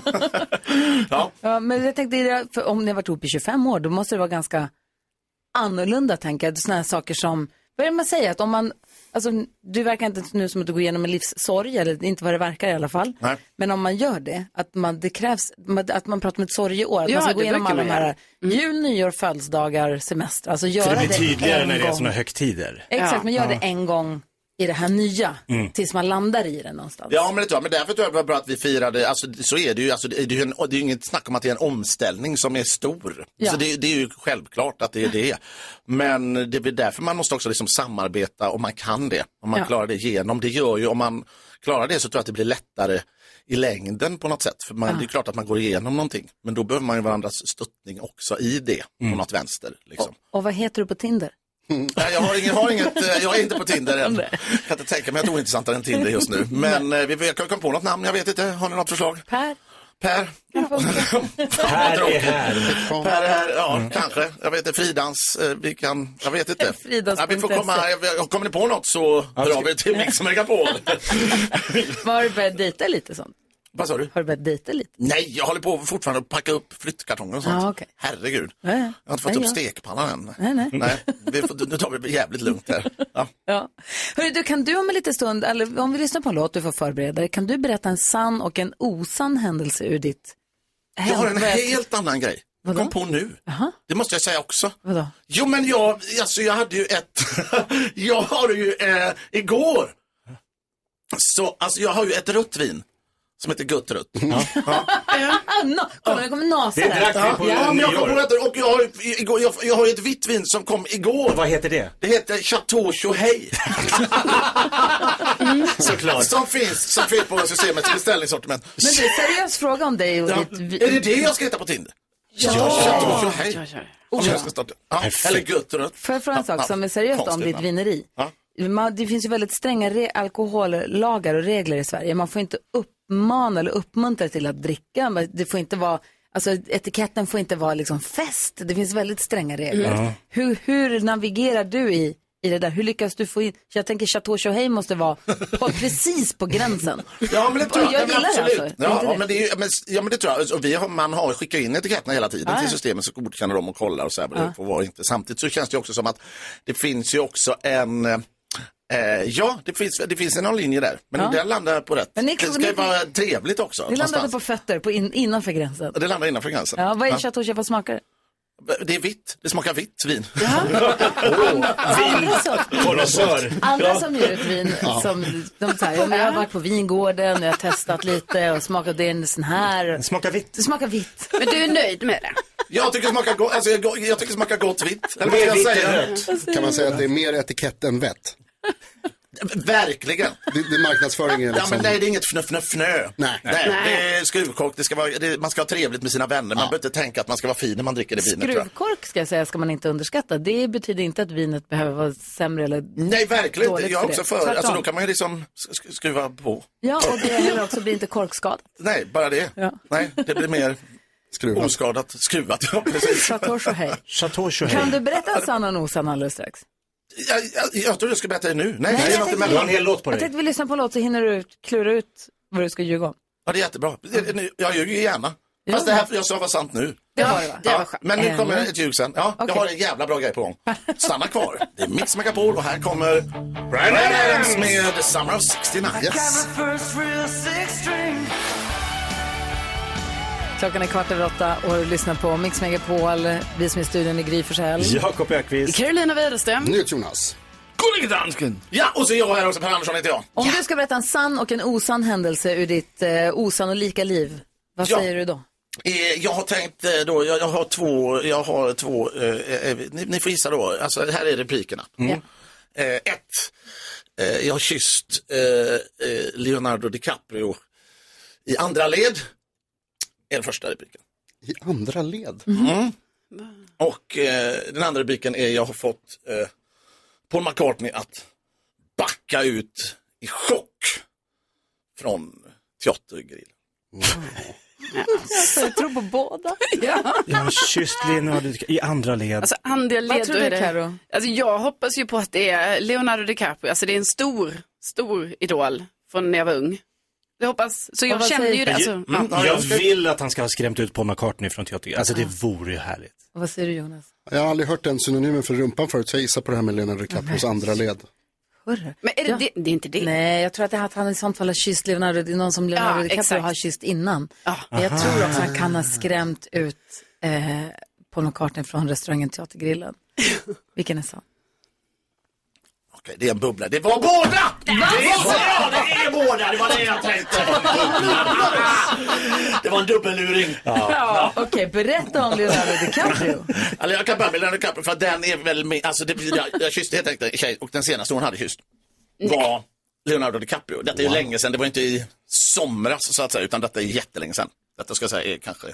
Ja, men jag tänkte, för om ni har varit ihop i 25 år, då måste det vara ganska annorlunda, tänker jag. Såna här saker som, vad är det man säger? Att om man, alltså, du verkar inte nu som att du går igenom en livssorg, eller inte vad det verkar i alla fall. Nej. Men om man gör det, det krävs att man pratar om ett sorgeår. Att man ska gå igenom alla de här jul, nyår, födelsedagar, semester. Alltså göra det blir tydligare när det är gång. såna högtider. Exakt, men gör det en gång i det här nya, tills man landar i det någonstans. Ja, men därför tror jag det var bra att vi firade, alltså så är det ju, alltså, det är ju inget snack om att det är en omställning som är stor. Ja. Så det är ju självklart att det är det. Men det är därför man måste också liksom samarbeta om man kan det, om man klarar det igenom. Det gör ju, om man klarar det så tror jag att det blir lättare i längden på något sätt. För det är klart att man går igenom någonting, men då behöver man ju varandras stöttning också i det, på något vänster. Liksom. Och vad heter du på Tinder? Nej, jag är inte på Tinder än. Jag kan inte tänka mig att det är ointressantare än Tinder just nu. Men vi kan komma på något namn, jag vet inte. Har ni något förslag? Per. Per är här. Per är här, ja, kanske. Jag vet inte, fridans, jag vet inte. Vi får komma, kommer ni på något så drar vi till Mix Megapol. Har du börjat dejta lite sånt? Vad sa du? Har du börjat dejta lite? Nej, jag håller på fortfarande att packa upp flyttkartonger och sånt. Okay. Herregud. Ja. Jag har inte fått upp stekpannan än. Nej. Nu tar vi det jävligt lugnt här. Ja. Hörru, kan du om en liten stund, eller om vi lyssnar på en låt du får förbereda dig, kan du berätta en sann och en osann händelse ur ditt... Jag har en helt annan grej. Jag kom på nu. Det måste jag säga också. Vadå? Jo, men jag hade ju jag har ju igår. Så, alltså jag har ju ett rött vin som heter Guttrött. Kommer det kommer nasa där? Det drack vi på nyår. Och jag har ett vitt vin som kom igår. Vad heter det? Det heter Chateau Chauhay. Såklart. Som finns på systemets beställningssortiment. Men det är en seriös fråga om dig. Är det jag ska hitta på Tinder? Chateau Chauhay. Eller Guttrött. Får jag fråga en sak som är seriöst om ditt vineri? Det finns ju väldigt stränga alkohollagar och regler i Sverige. Man får inte uppmana eller uppmuntra till att dricka. Det får inte vara, alltså etiketten får inte vara liksom fest. Det finns väldigt stränga regler. Hur navigerar du i det där? Hur lyckas du få in? Jag tänker Chateau Chauhay måste vara precis på gränsen. Ja, men det tror jag. Jag gillar absolut. det alltså. Men det tror jag. Och man har skickat in etiketterna hela tiden till systemet, så godkänner de och kollar och så här. Det får vara inte. Samtidigt så känns det också som att det finns ju också en... det finns en linje där. Men det landar på rätt. Men det ska ju vara trevligt också. Det landade på fötter, innanför gränsen. Det landar innanför gränsen. Ja, vad är Chateau Chauhay, vad smakar det? Det är vitt. Det smakar vitt vin. Andra som gör ett vin som de säger, jag har varit på vingården, jag har testat lite och smakat, det är en sån här. Det smakar vitt. Det smakar vitt. Men du är nöjd med det? Jag tycker det smakar gott. Alltså, jag tycker det smakar gott vitt. Eller vad ska jag säga? Kan man säga att det är mer etikett än vett? Verkligen. Det är marknadsföringen liksom. Ja, men nej, det är inget fnö. Nej. Det är skruvkork. Man ska ha trevligt med sina vänner. Man behöver inte tänka att man ska vara fin när man dricker det vinet. Skruvkork ska jag säga ska man inte underskatta. Det betyder inte att vinet behöver vara sämre eller nej, verkligen inte. Jag är också för. Tvärtom. Alltså, då kan man ju liksom skruva på. Ja, och det heller också blir inte korkskadat. Nej, bara det. Ja. Nej, det blir mer oskadat, skruvat. Ja, precis. Chateau Chauhay. Kan du berätta en sann och osann alldeles strax? Jag tror jag ska berätta det nu. Nej, det är något emellan. En hel låt på dig. Jag tänkte vi lyssnar på en låt så hinner du klura ut vad du ska ljuga om. Ja, det är jättebra. Jag ljuger gärna. Fast det här jag sa var sant nu. Det var det, va? Det var skönt. Men nu kommer ett ljug sen. Ja, jag har en jävla bra grej på gång. Stanna kvar. Det är Mix Megapol och här kommer Bryan Adams med Summer of 69. Yes. Klockan är 7:15 och du lyssnar på Mix Megapol. Vi som är i studion i Gry Forssell. Jakob Ökvist. Carolina Widerström. Jonas. Gullige dansken. Ja, och så är jag här också, Per Andersson heter jag. Om du ska berätta en sann och en osann händelse ur ditt osannolika liv, vad säger du då? Jag har tänkt då, jag har två, ni får gissa då, alltså här är replikerna. Jag har kysst Leonardo DiCaprio i andra led. Är den första repliken. I andra led? Och den andra repliken är jag har fått Paul McCartney att backa ut i chock från Teatergrill. Jag tror på båda. Jag har kysst Leonardo i andra led. Alltså andra led. Vad tror du, Karo? Alltså jag hoppas ju på att det är Leonardo DiCaprio. Alltså det är en stor idol från när jag var ung. Jag hoppas, så jag kände ju det. Alltså, jag vill att han ska ha skrämt ut Paul McCartney från Teater. Alltså det vore ju härligt. Och vad säger du, Jonas? Jag har aldrig hört den synonymen för rumpan förut, så jag gissar på det här med Leonardo DiCaprios andra led. Men är det är inte det? Nej, jag tror att han i sånt fall har kysst Leonardo. Det är någon som Leonardo DiCaprio har kysst innan. Men jag tror också att han kan ha skrämt ut Paul McCartney från restaurangen Teatergrillen. Vilken är sann? Okej, det är en bubbla. Det var båda! Det är båda! Det var det jag tänkte. Det var en dubbelluring. Okej, berätta om Leonardo DiCaprio. Alltså, jag kan börja med Leonardo DiCaprio för den är väl med, alltså jag kysste helt enkelt tjej och den senaste hon hade kysst var Leonardo DiCaprio. Detta är ju länge sedan, det var inte i somras så att säga, utan detta är jättelänge sedan. Detta ska jag säga är kanske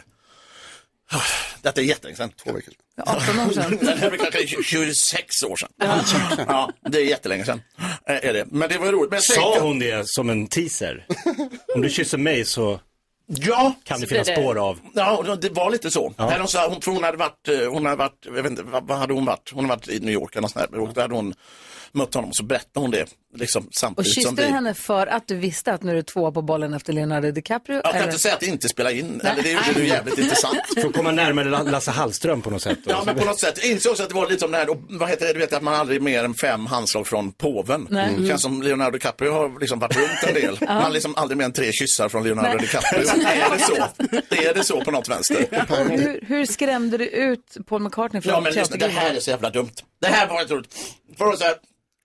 detta är jättelänge sedan. 2 veckor. 18 år sedan. Den här är kanske 26 år sedan. Ja, det är jättelänge sedan. Är det. Men det var roligt. Men sa hon det som en teaser? Om du kysser mig så kan det finnas spår av. Ja, det var lite så. Ja. Hon sa, hon hade varit, jag vet inte, vad hade hon varit? Hon hade varit i New York eller något sånt där. Och där hade hon mött honom och så berättade hon det liksom, samtidigt. Och kysste du henne för att du visste att nu är du 2 på bollen efter Leonardo DiCaprio? Jag kan inte säga att det inte spelar in. Eller det är ju jävligt intressant. För att komma närmare Lasse Hallström på något sätt. Ja, men på något sätt. Jag insåg också att det var lite som det här, vad heter det, du vet att man aldrig mer än 5 handslag från påven. Det känns som Leonardo DiCaprio har liksom varit runt en del. Man har liksom aldrig mer än 3 kyssar från Leonardo DiCaprio. Är det så? Är det så på något vänster? Hur skrämde du ut Paul McCartney från men lyssna, det här är så jävla dumt. Det här var inte roligt. För att säga,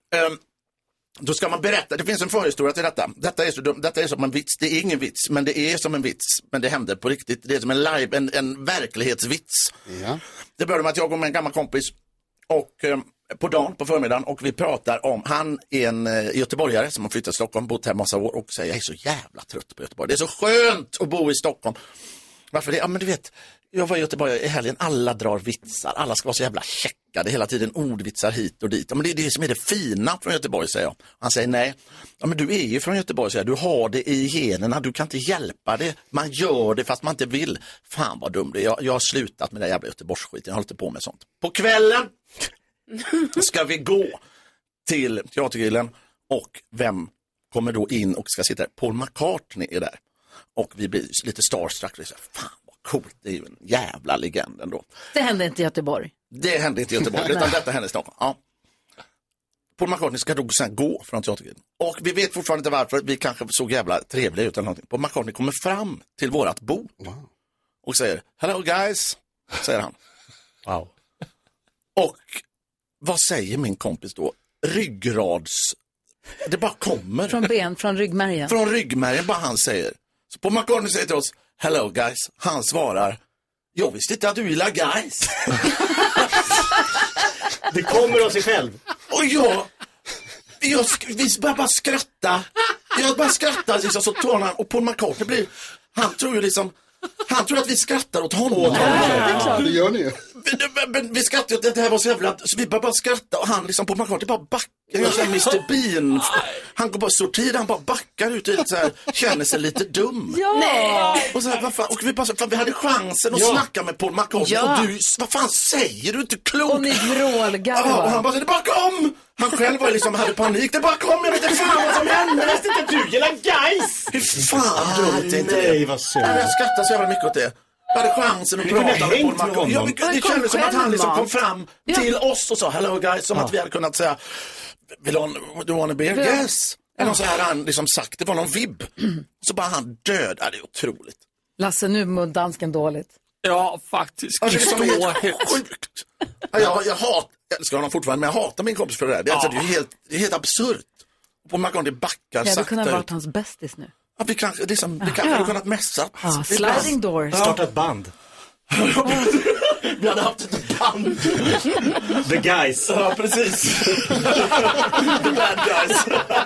då ska man berätta, det finns en förhistoria till detta. Detta är så dumt, detta är som en vits, det är ingen vits, men det är som en vits. Men det händer på riktigt, det är som en live, en verklighetsvits. Ja. Det började med att jag går med en gammal kompis och på dagen, på förmiddagen, och vi pratar om, han är en göteborgare som har flyttat till Stockholm, bott här massa år och säger jag är så jävla trött på Göteborg. Det är så skönt att bo i Stockholm. Varför det? Ja, men du vet, jag var i Göteborg i helgen, alla drar vitsar, alla ska vara så jävla checkade hela tiden, ordvitsar hit och dit. Ja, men det är det som är det fina från Göteborg, säger jag. Han säger nej, ja, men du är ju från Göteborg, säger jag. Du har det i generna, du kan inte hjälpa det, man gör det fast man inte vill. Fan vad dum det är, jag har slutat med det jävla Göteborgsskit, jag håller inte på med sånt. På kvällen ska vi gå till Teatergrillen och vem kommer då in och ska sitta där? Paul McCartney är där. Och vi blir lite starstruck. Fan vad coolt, det är ju en jävla legend ändå. Det hände inte i Göteborg. Det hände inte i Göteborg, utan detta hände i Stockholm. Ja. Paul McCartney ska då sen gå från Teatergrillen. Och vi vet fortfarande inte varför, vi kanske såg jävla trevliga ut eller någonting. Paul McCartney kommer fram till vårat bord. Och säger, hello guys, säger han. Wow. Och vad säger min kompis då? Ryggrads... Det bara kommer. Från ryggmärgen. Från ryggmärgen, bara han säger. Så Paul McCartney säger till oss, hello guys. Han svarar, jag visste inte att du gillar guys. Det kommer av sig själv. Och jag Vi bara skratta. Jag bara skrattar liksom, så tårna han, och Paul McCartney blir, han tror att vi skrattar åt honom. Det gör ni ju. Men vi skrattar ju att det här var så jävla, så vi bara skrattar och han liksom, Paul McCartney bara backar. Jag säger Mr. Bean. Han går bara så tid, han bara backar ut och så här, känner sig lite dum. Nej. Och så här, vad fan, och vi hade chansen att snacka med Paul McCartney och du, vad fan säger du? Inte klokt. Och ni vrålgarvar. Och han bara, det bara kom. Han själv var liksom, hade panik. Det bara kom, jag vet inte fan vad som hände. Jag visste inte att du gillar guys. Hur fan dumt är inte det? Vad synd. Jag skrattar så jävla mycket åt det. Jag hade chansen att prata med Paul McCartney. Det kändes som att han liksom kom fram till oss och sa hello guys, som att vi hade kunnat säga do you want a beer? Yes. Eller så här han liksom sagt, det var någon vibb. Så bara han död, det är otroligt. Lasse, nu mår dansken dåligt. Ja, faktiskt. Alltså, det är helt sjukt. Jag älskar honom fortfarande, men jag hatar min kompis för det där. Det är helt absurt. På McCartney backar sakta ut. Det kunde ha varit hans bästis nu. Ja, vi kanske hade kunnat mässa. Sliding door. Starta ett band. Vi hade haft ett band. The Guys. Ja, precis. The Bad Guys.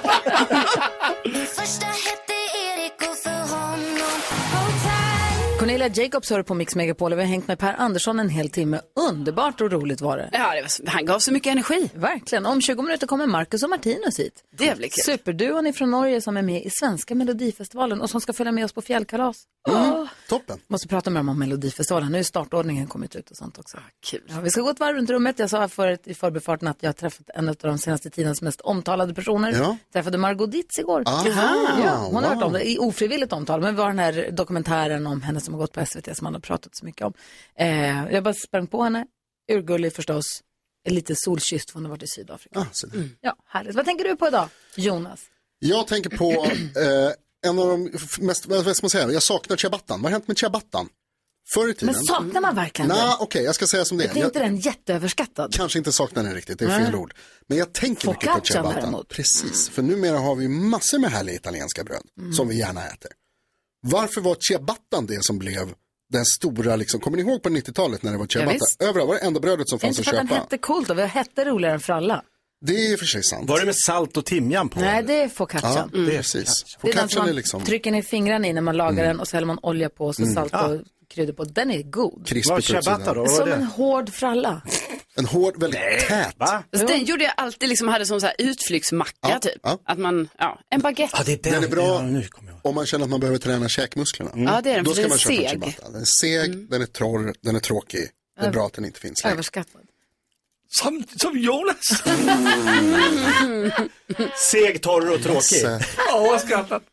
Första hette Erik och för honom Cornelia Jacobs hör på Mix Megapol och vi har hängt med Per Andersson en hel timme. Underbart och roligt var det. Ja, han gav så mycket energi. Verkligen. Om 20 minuter kommer Marcus och Martinus hit. Det blir kul. Superduon är från Norge som är med i Svenska Melodifestivalen och som ska följa med oss på fjällkalas. Toppen. Måste prata med dem om Melodifestivalen. Nu är startordningen kommit ut och sånt också. Kul. Ja, vi ska gå ett varv runt rummet. Jag sa förut i förbifarten att jag har träffat en av de senaste tidens mest omtalade personer. Ja. Träffade Margot Dietz igår. Hon har hört om det i ofrivilligt omtal. Men var den här dokumentären om henne som har gått på SVT som man har pratat så mycket om. Jag bara sprang på henne. Urgullig förstås. Lite solkysst för hon har varit i Sydafrika. Ja, härligt. Vad tänker du på idag, Jonas? Jag tänker på en av de mest, vad ska man säga, jag saknar ciabattan. Vad har hänt med ciabattan? Förr i tiden. Men saknar man verkligen det? Okej, jag ska säga som det är. Det är inte den jätteöverskattad. Kanske inte saknar den riktigt, det är fel ord. Men jag tänker mycket på ciabattan. Däremot. Precis, för numera har vi massor med härliga italienska bröd som vi gärna äter. Varför var ciabattan det som blev den stora, liksom, kommer ni ihåg på 90-talet när det var ciabatta? Överallt var det enda brödet som fanns att köpa. Inte för att den hette coolt och vi hette roligare än för alla. Det är för sig sant. Var det med salt och timjan på? Nej, det är focaccia. Ja, det är precis. Det är den som man liksom trycker ner fingrarna i när man lagar den och så häller man olja på och så salt och kryddor på. Den är god. Vad ciabatta då? Som en hård fralla. En hård, väldigt tät. Så den gjorde jag alltid liksom, hade som så här utflyktsmacka typ. Att man, en baguette. Ja, den är bra om man känner att man behöver träna käkmusklerna. Ja, det är den, då ska man köpa seg. ciabatta. Den är seg, den är torr, den är tråkig. Det är bra att den inte finns längre. Överskattad. Som Jonas. Seg, torr och tråkig. Ja, skrattat.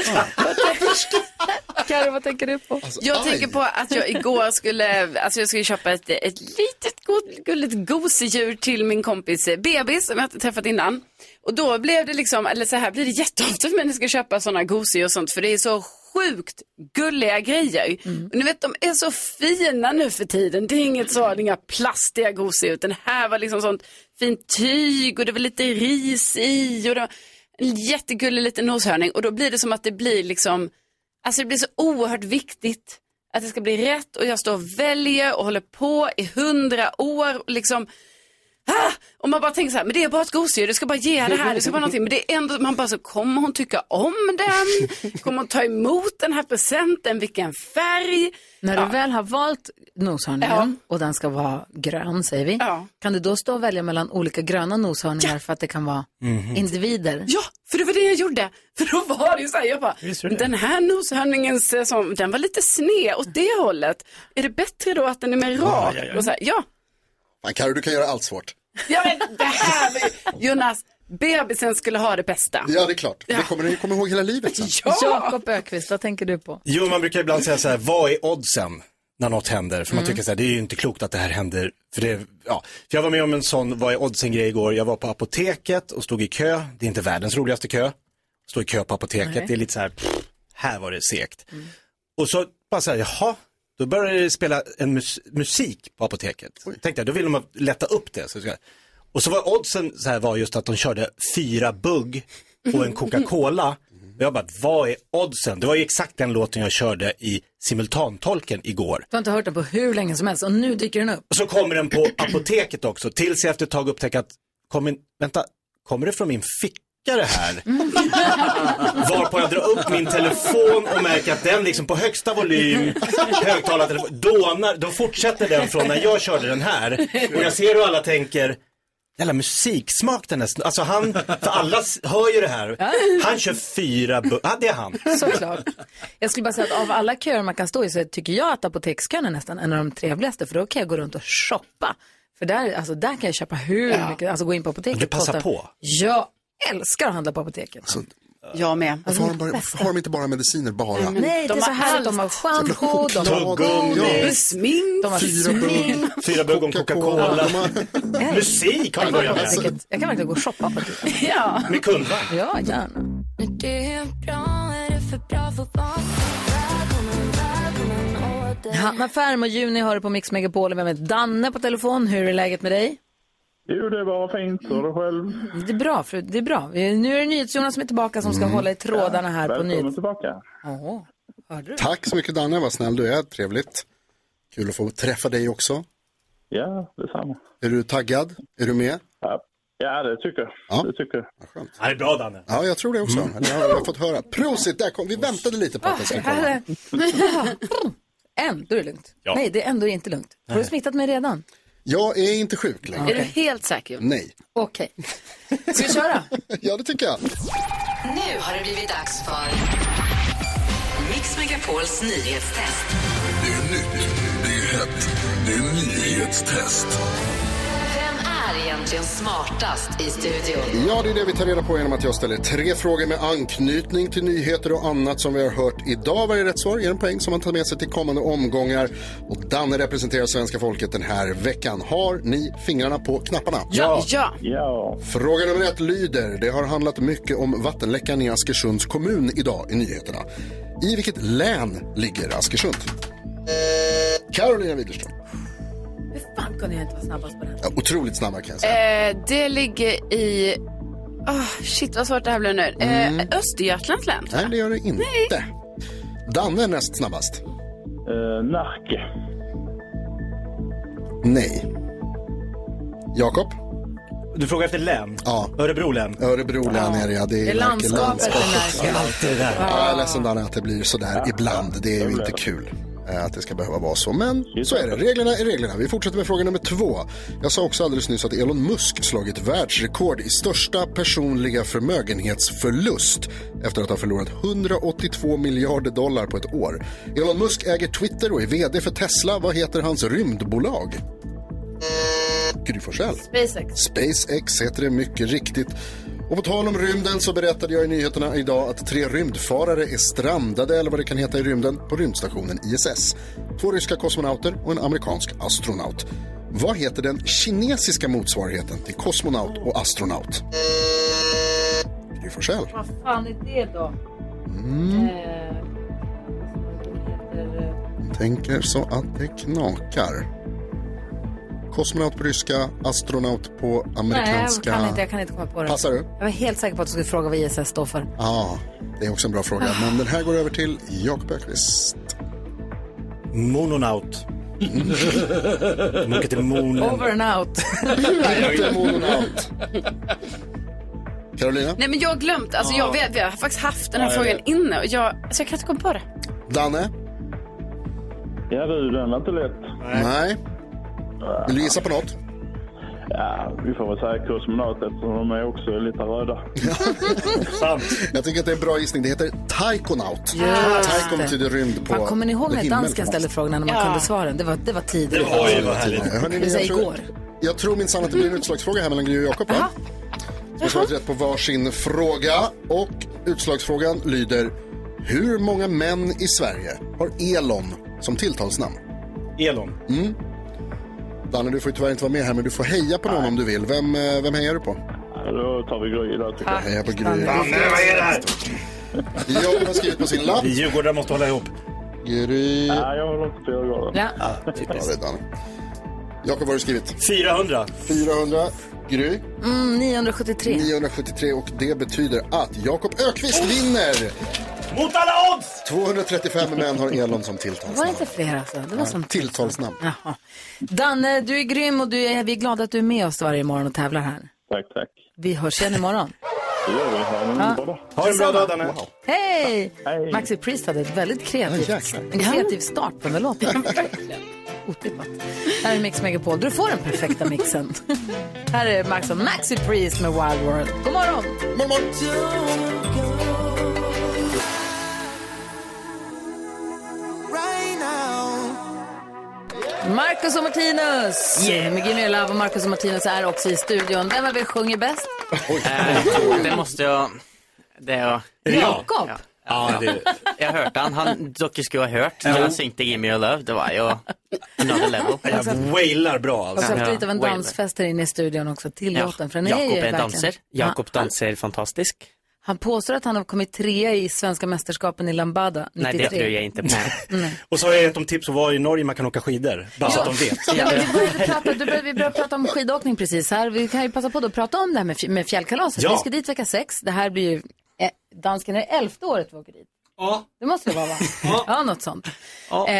Karo, vad tänker du på? Jag tänker på att jag igår skulle köpa ett litet gulligt gosedjur till min kompis bebis som jag inte träffat innan. Och då blev det liksom, eller så här blir det jätteofta för mig när jag ska köpa sådana gosedjur och sånt, för det är så sjukt gulliga grejer. Och ni vet, de är så fina nu för tiden. Det är inget så, inga plastiga gosedjur, utan här var liksom sånt fint tyg och det var lite ris i och det var en jättegullig liten noshörning. Och då blir det som att det blir liksom, alltså det blir så oerhört viktigt att det ska bli rätt, och jag står och väljer och håller på i 100 år och liksom och man bara tänker så här, men det är bara ett gosedjur, det ska bara ge det här, det ska bara någonting, men det är ändå, man bara så, kommer hon tycka om den? Kommer hon ta emot den här presenten? Vilken färg? När du väl har valt noshörningen och den ska vara grön, säger vi, kan du då stå och välja mellan olika gröna noshörningar för att det kan vara individer? Ja, för det var det jag gjorde. För då var det ju så här, jag bara, den här noshörningens, den var lite sned åt det hållet. Är det bättre då att den är mer rak? Och så här, Man, Karo, du kan göra allt svårt. Ja, men det här, Jonas, bebisen skulle ha det bästa. Ja, det är klart. Det kommer du komma ihåg hela livet sen. Jakob Ökvist, vad tänker du på? Jo, man brukar ibland säga så här, vad är oddsen när något händer? För man tycker så här, det är ju inte klokt att det här händer. För det, för jag var med om en sån, vad är oddsen-grej igår. Jag var på apoteket och stod i kö. Det är inte världens roligaste kö. Stå i kö på apoteket. Nej. Det är lite så här, här var det segt. Och så bara så här, jaha. Då började det spela en musik på apoteket. Tänkte jag, då ville man lätta upp det. Och så var oddsen så här, var just att de körde 4 bugg och en Coca-Cola. Och jag bara, vad är oddsen? Det var ju exakt den låten jag körde i simultantolken igår. Du har inte hört den på hur länge som helst och nu dyker den upp. Och så kommer den på apoteket också. Tills jag efter ett tag upptäcker att, kommer det från min ficka det här? Varpå jag drar upp min telefon och märker att den liksom på högsta volym, högtalartelefon, då fortsätter den från när jag körde den här. Och jag ser hur alla tänker, jävla musiksmak den nästan. Alltså för alla hör ju det här. Han kör 4 det är han. Såklart. Jag skulle bara säga att av alla köer man kan stå i så tycker jag att apotekskön är nästan en av de trevligaste. För då kan jag gå runt och shoppa. För där kan jag köpa hur mycket, alltså gå in på apoteket. Du passar på. Jag älskar att handla på apoteket. Alltså, jag med. Har de inte bara mediciner bara? Nej, det är så här att de har shampoo, de har smink, de har 4 bugg om Coca-Cola. Musik har jag börjat med. Jag kan verkligen gå och shoppa på det. Ja. Med kundvagn. Ja, gärna. Hanna Färm och Juni hör på Mix Megapol. Vi har med Danne på telefon. Hur är läget med dig? Jo, det var fint. Och det själv? Det är bra. Nu är det NyhetsJonas som är tillbaka som ska hålla i trådarna här på Välkommen tillbaka. Hörde du? Tack så mycket Danne, vad snäll du är. Trevligt. Kul att få träffa dig också. Ja, detsamma. Är du taggad? Är du med? Ja, det tycker jag. Ja. Det tycker jag. Skönt. Det är bra, Danne. Ja, jag tror det också. Jag har fått höra. Prosit, där kom. Vi väntade lite på att det skulle komma. Då är det lugnt. Ja. Nej, det är ändå inte lugnt. Har du smittat mig redan? Jag är inte sjuk längre. Är du helt säker? Nej. Okej. Ska vi köra? Ja, det tycker jag. Nu har det blivit dags för Mix Megapols nyhetstest. Det är nytt, det är hett, det är nyhetstest. Vem är egentligen smartast i studion? Ja, det är det vi tar reda på genom att jag ställer 3 frågor med anknytning till nyheter och annat som vi har hört idag. Varje rätt svar ger en poäng som man tar med sig till kommande omgångar. Och Danne representerar svenska folket den här veckan. Har ni fingrarna på knapparna? Ja. Fråga nummer 1 lyder: det har handlat mycket om vattenläckan i Askersunds kommun idag i nyheterna. I vilket län ligger Askersund? Carolina Widerström. Hur fan kunde jag inte vara snabbast på det? Ja, otroligt snabba kan jag säga. Det ligger i... shit, vad svårt det här blir nu. Östergötlands län. Nej, det gör det inte. Nej. Danne är näst snabbast. Närke. Nej. Jakob? Du frågar efter län? Ja. Örebro län? Örebro län är det, ja. Det är landskapet. Alltid det där. Jag är ledsen Danne att det blir sådär ibland. Det är ju inte kul att det ska behöva vara så. Men så är det. Reglerna är reglerna. Vi fortsätter med fråga nummer 2. Jag sa också alldeles nyss att Elon Musk slagit världsrekord i största personliga förmögenhetsförlust efter att ha förlorat 182 miljarder dollar på ett år. Elon Musk äger Twitter och är vd för Tesla. Vad heter hans rymdbolag? Gry Forssell. SpaceX heter det mycket riktigt. Och på tal om rymden så berättade jag i nyheterna idag att 3 rymdfarare är strandade, eller vad det kan heta i rymden, på rymdstationen ISS. 2 ryska kosmonauter och en amerikansk astronaut. Vad heter den kinesiska motsvarigheten till kosmonaut och astronaut? Gry Forssell. Vad fan är det då? Tänker så att det knakar. Kosmonaut på ryska, astronaut på amerikanska... Nej, jag kan inte komma på det. Passar du? Jag var helt säker på att du skulle fråga vad ISS står för. Ja, det är också en bra fråga. Men den här går över till Jakob Öqvist. Mononaut. De åker till månen. Over and out. Inte mononaut. Carolina? Nej, men jag har glömt. Alltså, jag vet, vi har faktiskt haft den här frågan inne. Och jag kan inte komma på det. Danne? Ja, den är inte lätt. Nej. Vill du gissa på något? Ja, vi får väl säga kosmonaut eftersom de är också lite röda. Sant. Jag tycker att det är en bra gissning. Det heter taikonaut. Taikon betyder rymd på... Kommer ni ihåg när dansken ställde frågorna när man kunde svaren? Det var tidigt. Det var igår. Jag tror minsann att det blir en utslagsfråga här mellan Gry och Jakob. Vi har svarat rätt på varsin fråga. Och utslagsfrågan lyder: hur många män i Sverige har Elon som tilltalsnamn? Elon? Danne, du får tyvärr inte vara med här, men du får heja på någon om du vill. Vem hejar du på? Då tar vi Gry idag, tycker jag. Heja på Gry. Danne, vad är det här? Jakob har skrivit på sin lapp. Vi Djurgårdare måste hålla ihop. Gry. Ja, jag håller inte på Djurgården. Ja, typiskt. Jakob, vad har du skrivit? 400. 400. Gry? 973. 973, och det betyder att Jakob Öqvist vinner. Mot alla odds! 235 män har Elon som tilltalsnamn. Det var inte fler alltså. Det var som tilltalsnamn. Jaha. Danne, du är grym och vi är glada att du är med oss varje morgon och tävlar här. Tack. Vi hörs igen imorgon. Det gör vi. Ha en bra dag, Danne. Hej! Maxi Priest hade ett väldigt kreativ start på den här låten. Otippat. Här är Mix Megapol. Du får den perfekta mixen. Här är Maxi Priest med Wild World. God morgon! Marcus och Martinus. Med Gimme Love och Marcus och Martinus är också i studion. Vem av er sjunger bäst? Det måste jag... Det är Jakob. Ja, jag har hört han dock skulle ha hört. Jag syngde Gimme Love. Det var ju another level. Jag wailar bra. Och så haft lite av en dansfest här inne i studion också till låten. För Jakob är danser. Jakob danser fantastisk. Han påstår att han har kommit 3 i svenska mästerskapen i Lambada 93. Nej, det tror jag inte på. Och så har jag gett dem tips om var i Norge man kan åka skidor. Bara så att de vet. Ja, vi började prata om skidåkning precis här. Vi kan ju passa på att prata om det här med fjällkalaset. Ja. Vi ska dit vecka 6. Det här blir ju dansken är 11:e året vi åker dit. Ja. Det måste det vara, va? Ja, något sånt. Ja.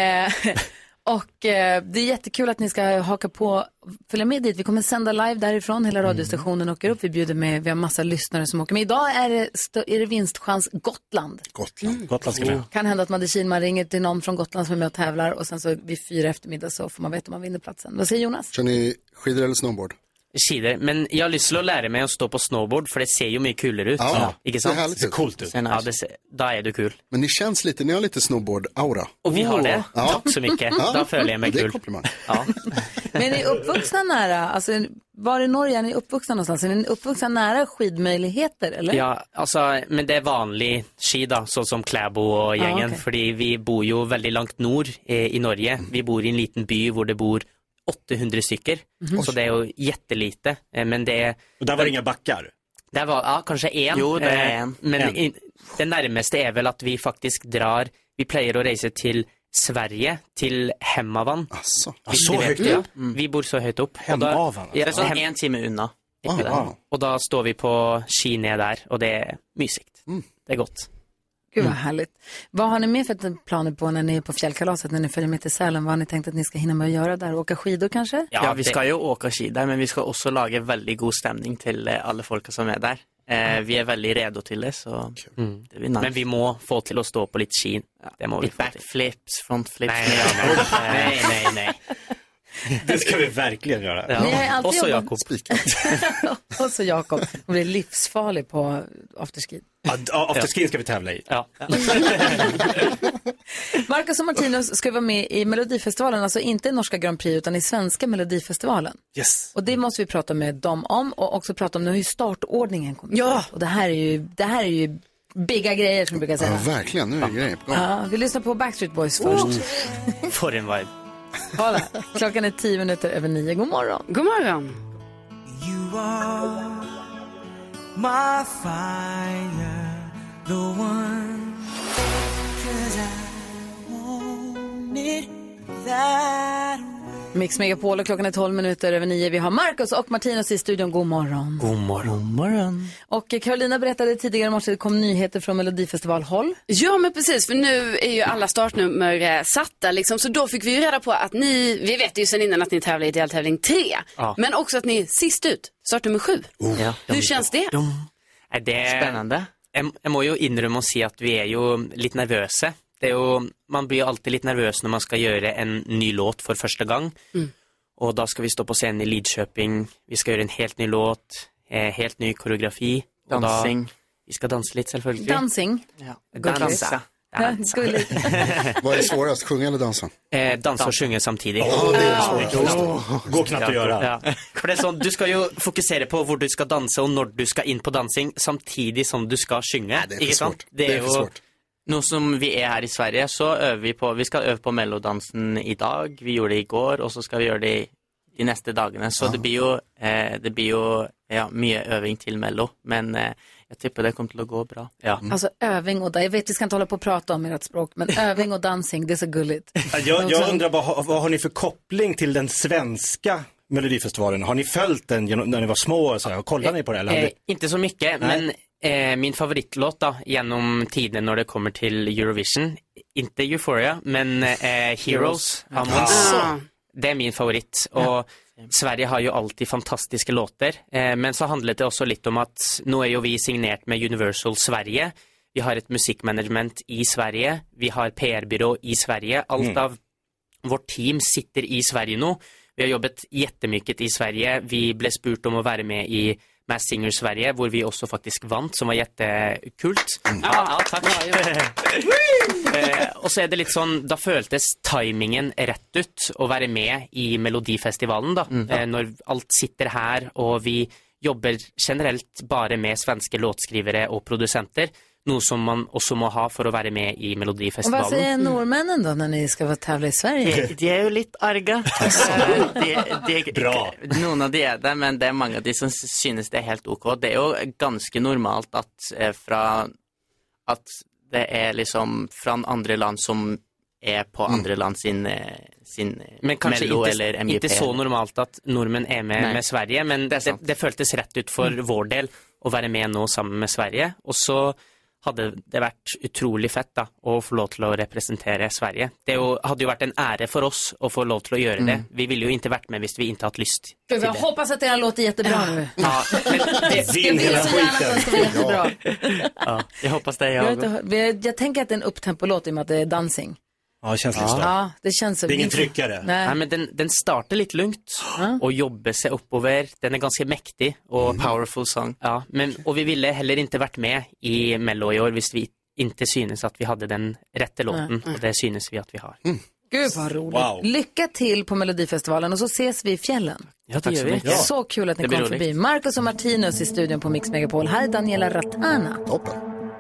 Och det är jättekul att ni ska haka på, följa med dit. Vi kommer sända live därifrån, hela radiostationen åker upp. Vi har massa lyssnare som åker med. Idag är det vinstchans Gotland. Gotland ska med. Kan hända att man ringer till någon från Gotland som är med och tävlar. Och sen så vid 4 eftermiddag så får man veta om man vinner platsen. Vad säger Jonas? Kör ni skidor eller snowboard? Skidor, men jag har lust att lära mig att stå på snowboard för det ser ju mycket kulare ut. Ja, inte sant? Det ser coolt ut. Ja, då är du kul. Men ni känns lite, ni har lite snowboard-aura. Och vi har det. Ja. Tack så mycket. Då följer jag mig kul. Det är komplimang. Ja. Men är ni uppvuxna nära, alltså var i Norge är ni uppvuxna någonstans? Är ni uppvuxna nära skidmöjligheter, eller? Ja, alltså, men det är vanlig skida, så som Kläbo och gängen. För vi bor ju väldigt långt nord i Norge. Vi bor i en liten by där det bor 800 stycken. Så det är ju jättelite. Men det... Och där var det inga backar? Det var kanske en. Jo, det är en. Men det närmaste är väl att vi faktiskt vi plejer att resa till Sverige, till Hemavan. Så högt upp? Vi bor så högt upp. Hemavan? Det är så 1 timme undan. Och då står vi på ski ner där och det är mysigt. Det är gott. Gud vad härligt. Vad har ni med för planer på när ni är på fjällkalaset, när ni följer med till Sälen? Vad har ni tänkt att ni ska hinna med att göra där? Åka skidor kanske? Ja, vi ska ju åka skidor, men vi ska också laga väldigt god stämning till alla folk som är där. Vi är väldigt redo till det, så det blir nice. Men vi må få till att stå på lite ski. Det må vi backflips, frontflips. Nej. Det ska vi verkligen göra. Ja. Och så Jakob. Och så Jakob. Och blir livsfarlig på afterski. Afterski ska vi tävla i. Ja. Marcus och Martinus ska vara med i Melodifestivalen, alltså inte i norska Grand Prix utan i svenska Melodifestivalen. Yes. Och det måste vi prata med dem om och också prata om hur startordningen kommer. Ja. Och det här är ju bigga grejer som vi brukar säga. Ja, verkligen. Nu är det grejer på gång. Ja, vi lyssnar på Backstreet Boys först. Får en vibe. Kolla, klockan är 10:10. God morgon. God morgon. You are my fire, the one, 'cause I want it that way. Mix Megapol och klockan är 10:12. Vi har Marcus och Martinus i studion. God morgon. God morgon. Och Carolina berättade tidigare om att det kom nyheter från Melodifestivalhåll. Ja, men precis, för nu är ju alla startnummer satta liksom, så då fick vi ju reda på att vi vet ju sedan innan att ni tävlar i deltävling 3. Ja. Men också att ni sist ut, startnummer 7. Ja. Hur känns det? Det är spännande. Jag må ju inrymma och säga att vi är ju lite nervösa. Det är ju, man blir alltid lite nervös när man ska göra en ny låt för första gång. Och då ska vi stå på scenen i Lidköping. Vi ska göra en helt ny låt, helt ny koreografi. Dansing. Vi ska dansa lite självklart. Dansing? Ja. Dansa. Vad är svårast, sjunga eller dansa? Dansa och sjunga samtidigt. Det är svårt. Går knappt att göra. Ja. För det är så, du ska ju fokusera på var du ska dansa och när du ska in på dansing samtidigt som du ska sjunga. Det är för svårt. Det är för svårt. Nu som vi är här i Sverige så övar vi ska öva på mellodansen idag. Vi gjorde det igår och så ska vi göra det de nästa dagarna. Så det blir ju mycket övning till mello. Men jag tippar det kommer till att gå bra. Ja. Alltså övning och jag vet vi ska inte hålla på och prata om ert språk, men övning och dansing, det är så gulligt. Jag undrar bara, vad har ni för koppling till den svenska Melodifestivalen? Har ni följt den när ni var små och så här, och kollade ni på det? Eller? Inte så mycket, men min favoritlåt då, genom tiden när det kommer till Eurovision, inte Euphoria, men Heroes. Det är min favorit. Och Sverige har ju alltid fantastiska låtar. Men så handlar det också lite om att nu är ju vi signerat med Universal Sverige. Vi har ett musikmanagement i Sverige. Vi har PR-byrå i Sverige. Allt av vårt team sitter i Sverige nu. Vi har jobbat jättemycket i Sverige. Vi blev spurt om att vara med i Masked Singer Sverige, hvor vi också faktiskt vann, som var jättekult. Ja, tack. Och så är det lite sån, då føltes timingen rätt ut att vara med i Melodifestivalen då. När allt sitter här och vi jobbar generellt bara med svenska låtskrivare och producenter. Något som man också må ha för att vara med i Melodifestivalen. Och vad säger norrmännen då när ni ska vara tävla i Sverige? De är ju lite arga. Bra. Någon av de är det, men det är många av de som synes det är helt ok. Det är ju ganska normalt att det är liksom från andra land som är på andra land sin men kanske Mello inte, eller MGP. Inte så normalt att normen är med Sverige, men det føltes rätt ut för vår del att vara med nu sammen med Sverige. Och så hade det varit otroligt fett då, att få lov till att representera Sverige. Det hade ju varit en ära för oss att få lov till att göra det. Vi ville ju inte varit med hvis vi inte haft lust till Jag hoppas att det här låter jättebra nu. Ja, men det vill så gärna att det ska vara jättebra. Ja, jag hoppas det. Jag tänker att det är en upptempo-låt i och med att det är dansing. Ja, det känns lite så. Ja, det känns så. Det är ingen tryckare. Nej, men den startar lite lugnt och jobbar sig uppöver. Den är ganska mäktig och powerful song. Ja, och vi ville heller inte varit med i Mello i år hvis vi inte synes att vi hade den rätta låten. Och det synes vi att vi har. Gud vad roligt. Wow. Lycka till på Melodifestivalen och så ses vi i fjällen. Ja, tack så mycket. Ja. Så kul att ni kom förbi. Marcus och Martinus i studion på Mix Megapol. Här är Daniela Ratana. Toppen.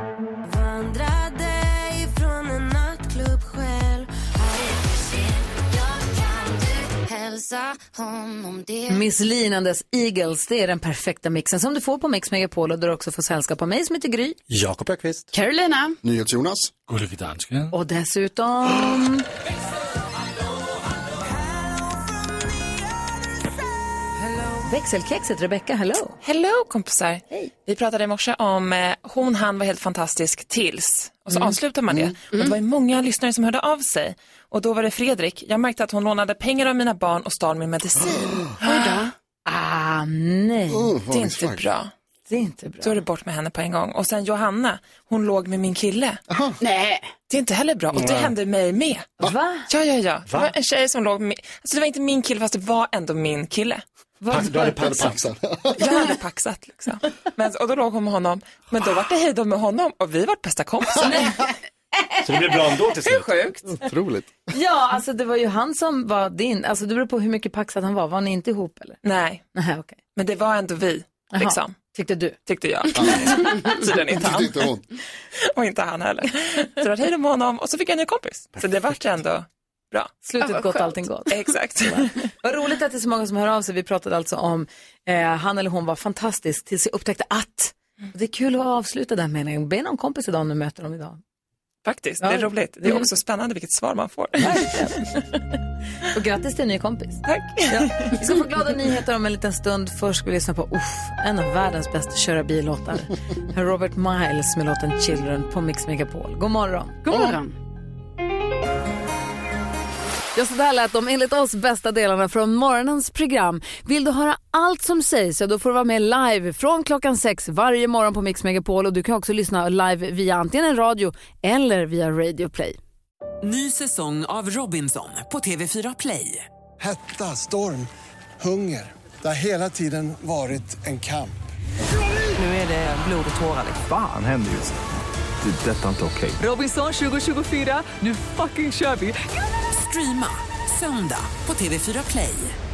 Miss Linandes Eagles, det är den perfekta mixen som du får på Mix Megapol och du också får sällskap på mig som heter Gry. Jakob Öqvist. Carolina. NyhetsJonas. Gullige dansken. Och dessutom... Växelkexet, Rebecca, hello. Hello kompisar. Hej. Vi pratade i morse om han var helt fantastisk tills. Och så avslutar man det. Och det var många lyssnare som hörde av sig. Och då var det Fredrik. Jag märkte att hon lånade pengar av mina barn och stal min medicin. Nej. Det är inte bra. Det är inte bra. Så är det bort med henne på en gång. Och sen Johanna, hon låg med min kille. Nej. Det är inte heller bra. Och det hände mig med. Va? Ja. Det var en tjej som låg med alltså det var inte min kille fast det var ändå min kille. Du hade paxat. Jag hade paxat liksom. Och då låg hon med honom. Men då var det hejdå med honom och vi var bästa kompisar. Så det blev bra ändå till slut. Hur sjukt. Otroligt. Ja, alltså det var ju han som var din. Alltså det beror på hur mycket paxat han var. Var ni inte ihop eller? Nej. Nej, okej. Men det var ändå vi. Liksom. Tyckte du? Tyckte jag. Så den inte han. Tyckte hon. Och inte han heller. Så det var hejdå med honom och så fick jag en ny kompis. Så det var ändå bra. Slutet gott, allting gott. Exakt. Vad roligt att det är så många som hör av sig. Vi pratade alltså om han eller hon var fantastisk tills jag upptäckte att. Och det är kul att avsluta den meningen. Be någon kompis idag om du möter dem idag. Faktiskt, det är roligt. Det är också spännande vilket svar man får. Och grattis till en ny kompis. Tack. Ja. Vi ska få glada nyheter om en liten stund. Först ska vi lyssna på en av världens bästa köra billåtar. Robert Miles med låten Children på Mix Megapol. God morgon. God morgon. Ja, så där lät de enligt oss bästa delarna från morgonens program. Vill du höra allt som sägs så då får du vara med live från 6:00 varje morgon på Mix Megapol. Och du kan också lyssna live via antingen en radio eller via Radio Play. Ny säsong av Robinson på TV4 Play. Hetta, storm, hunger. Det har hela tiden varit en kamp. Nu är det blod och tårar. Fan händer just det. Det är detta inte okej. Robinson 2024, nu fucking kör vi. Streama söndag på TV4 Play.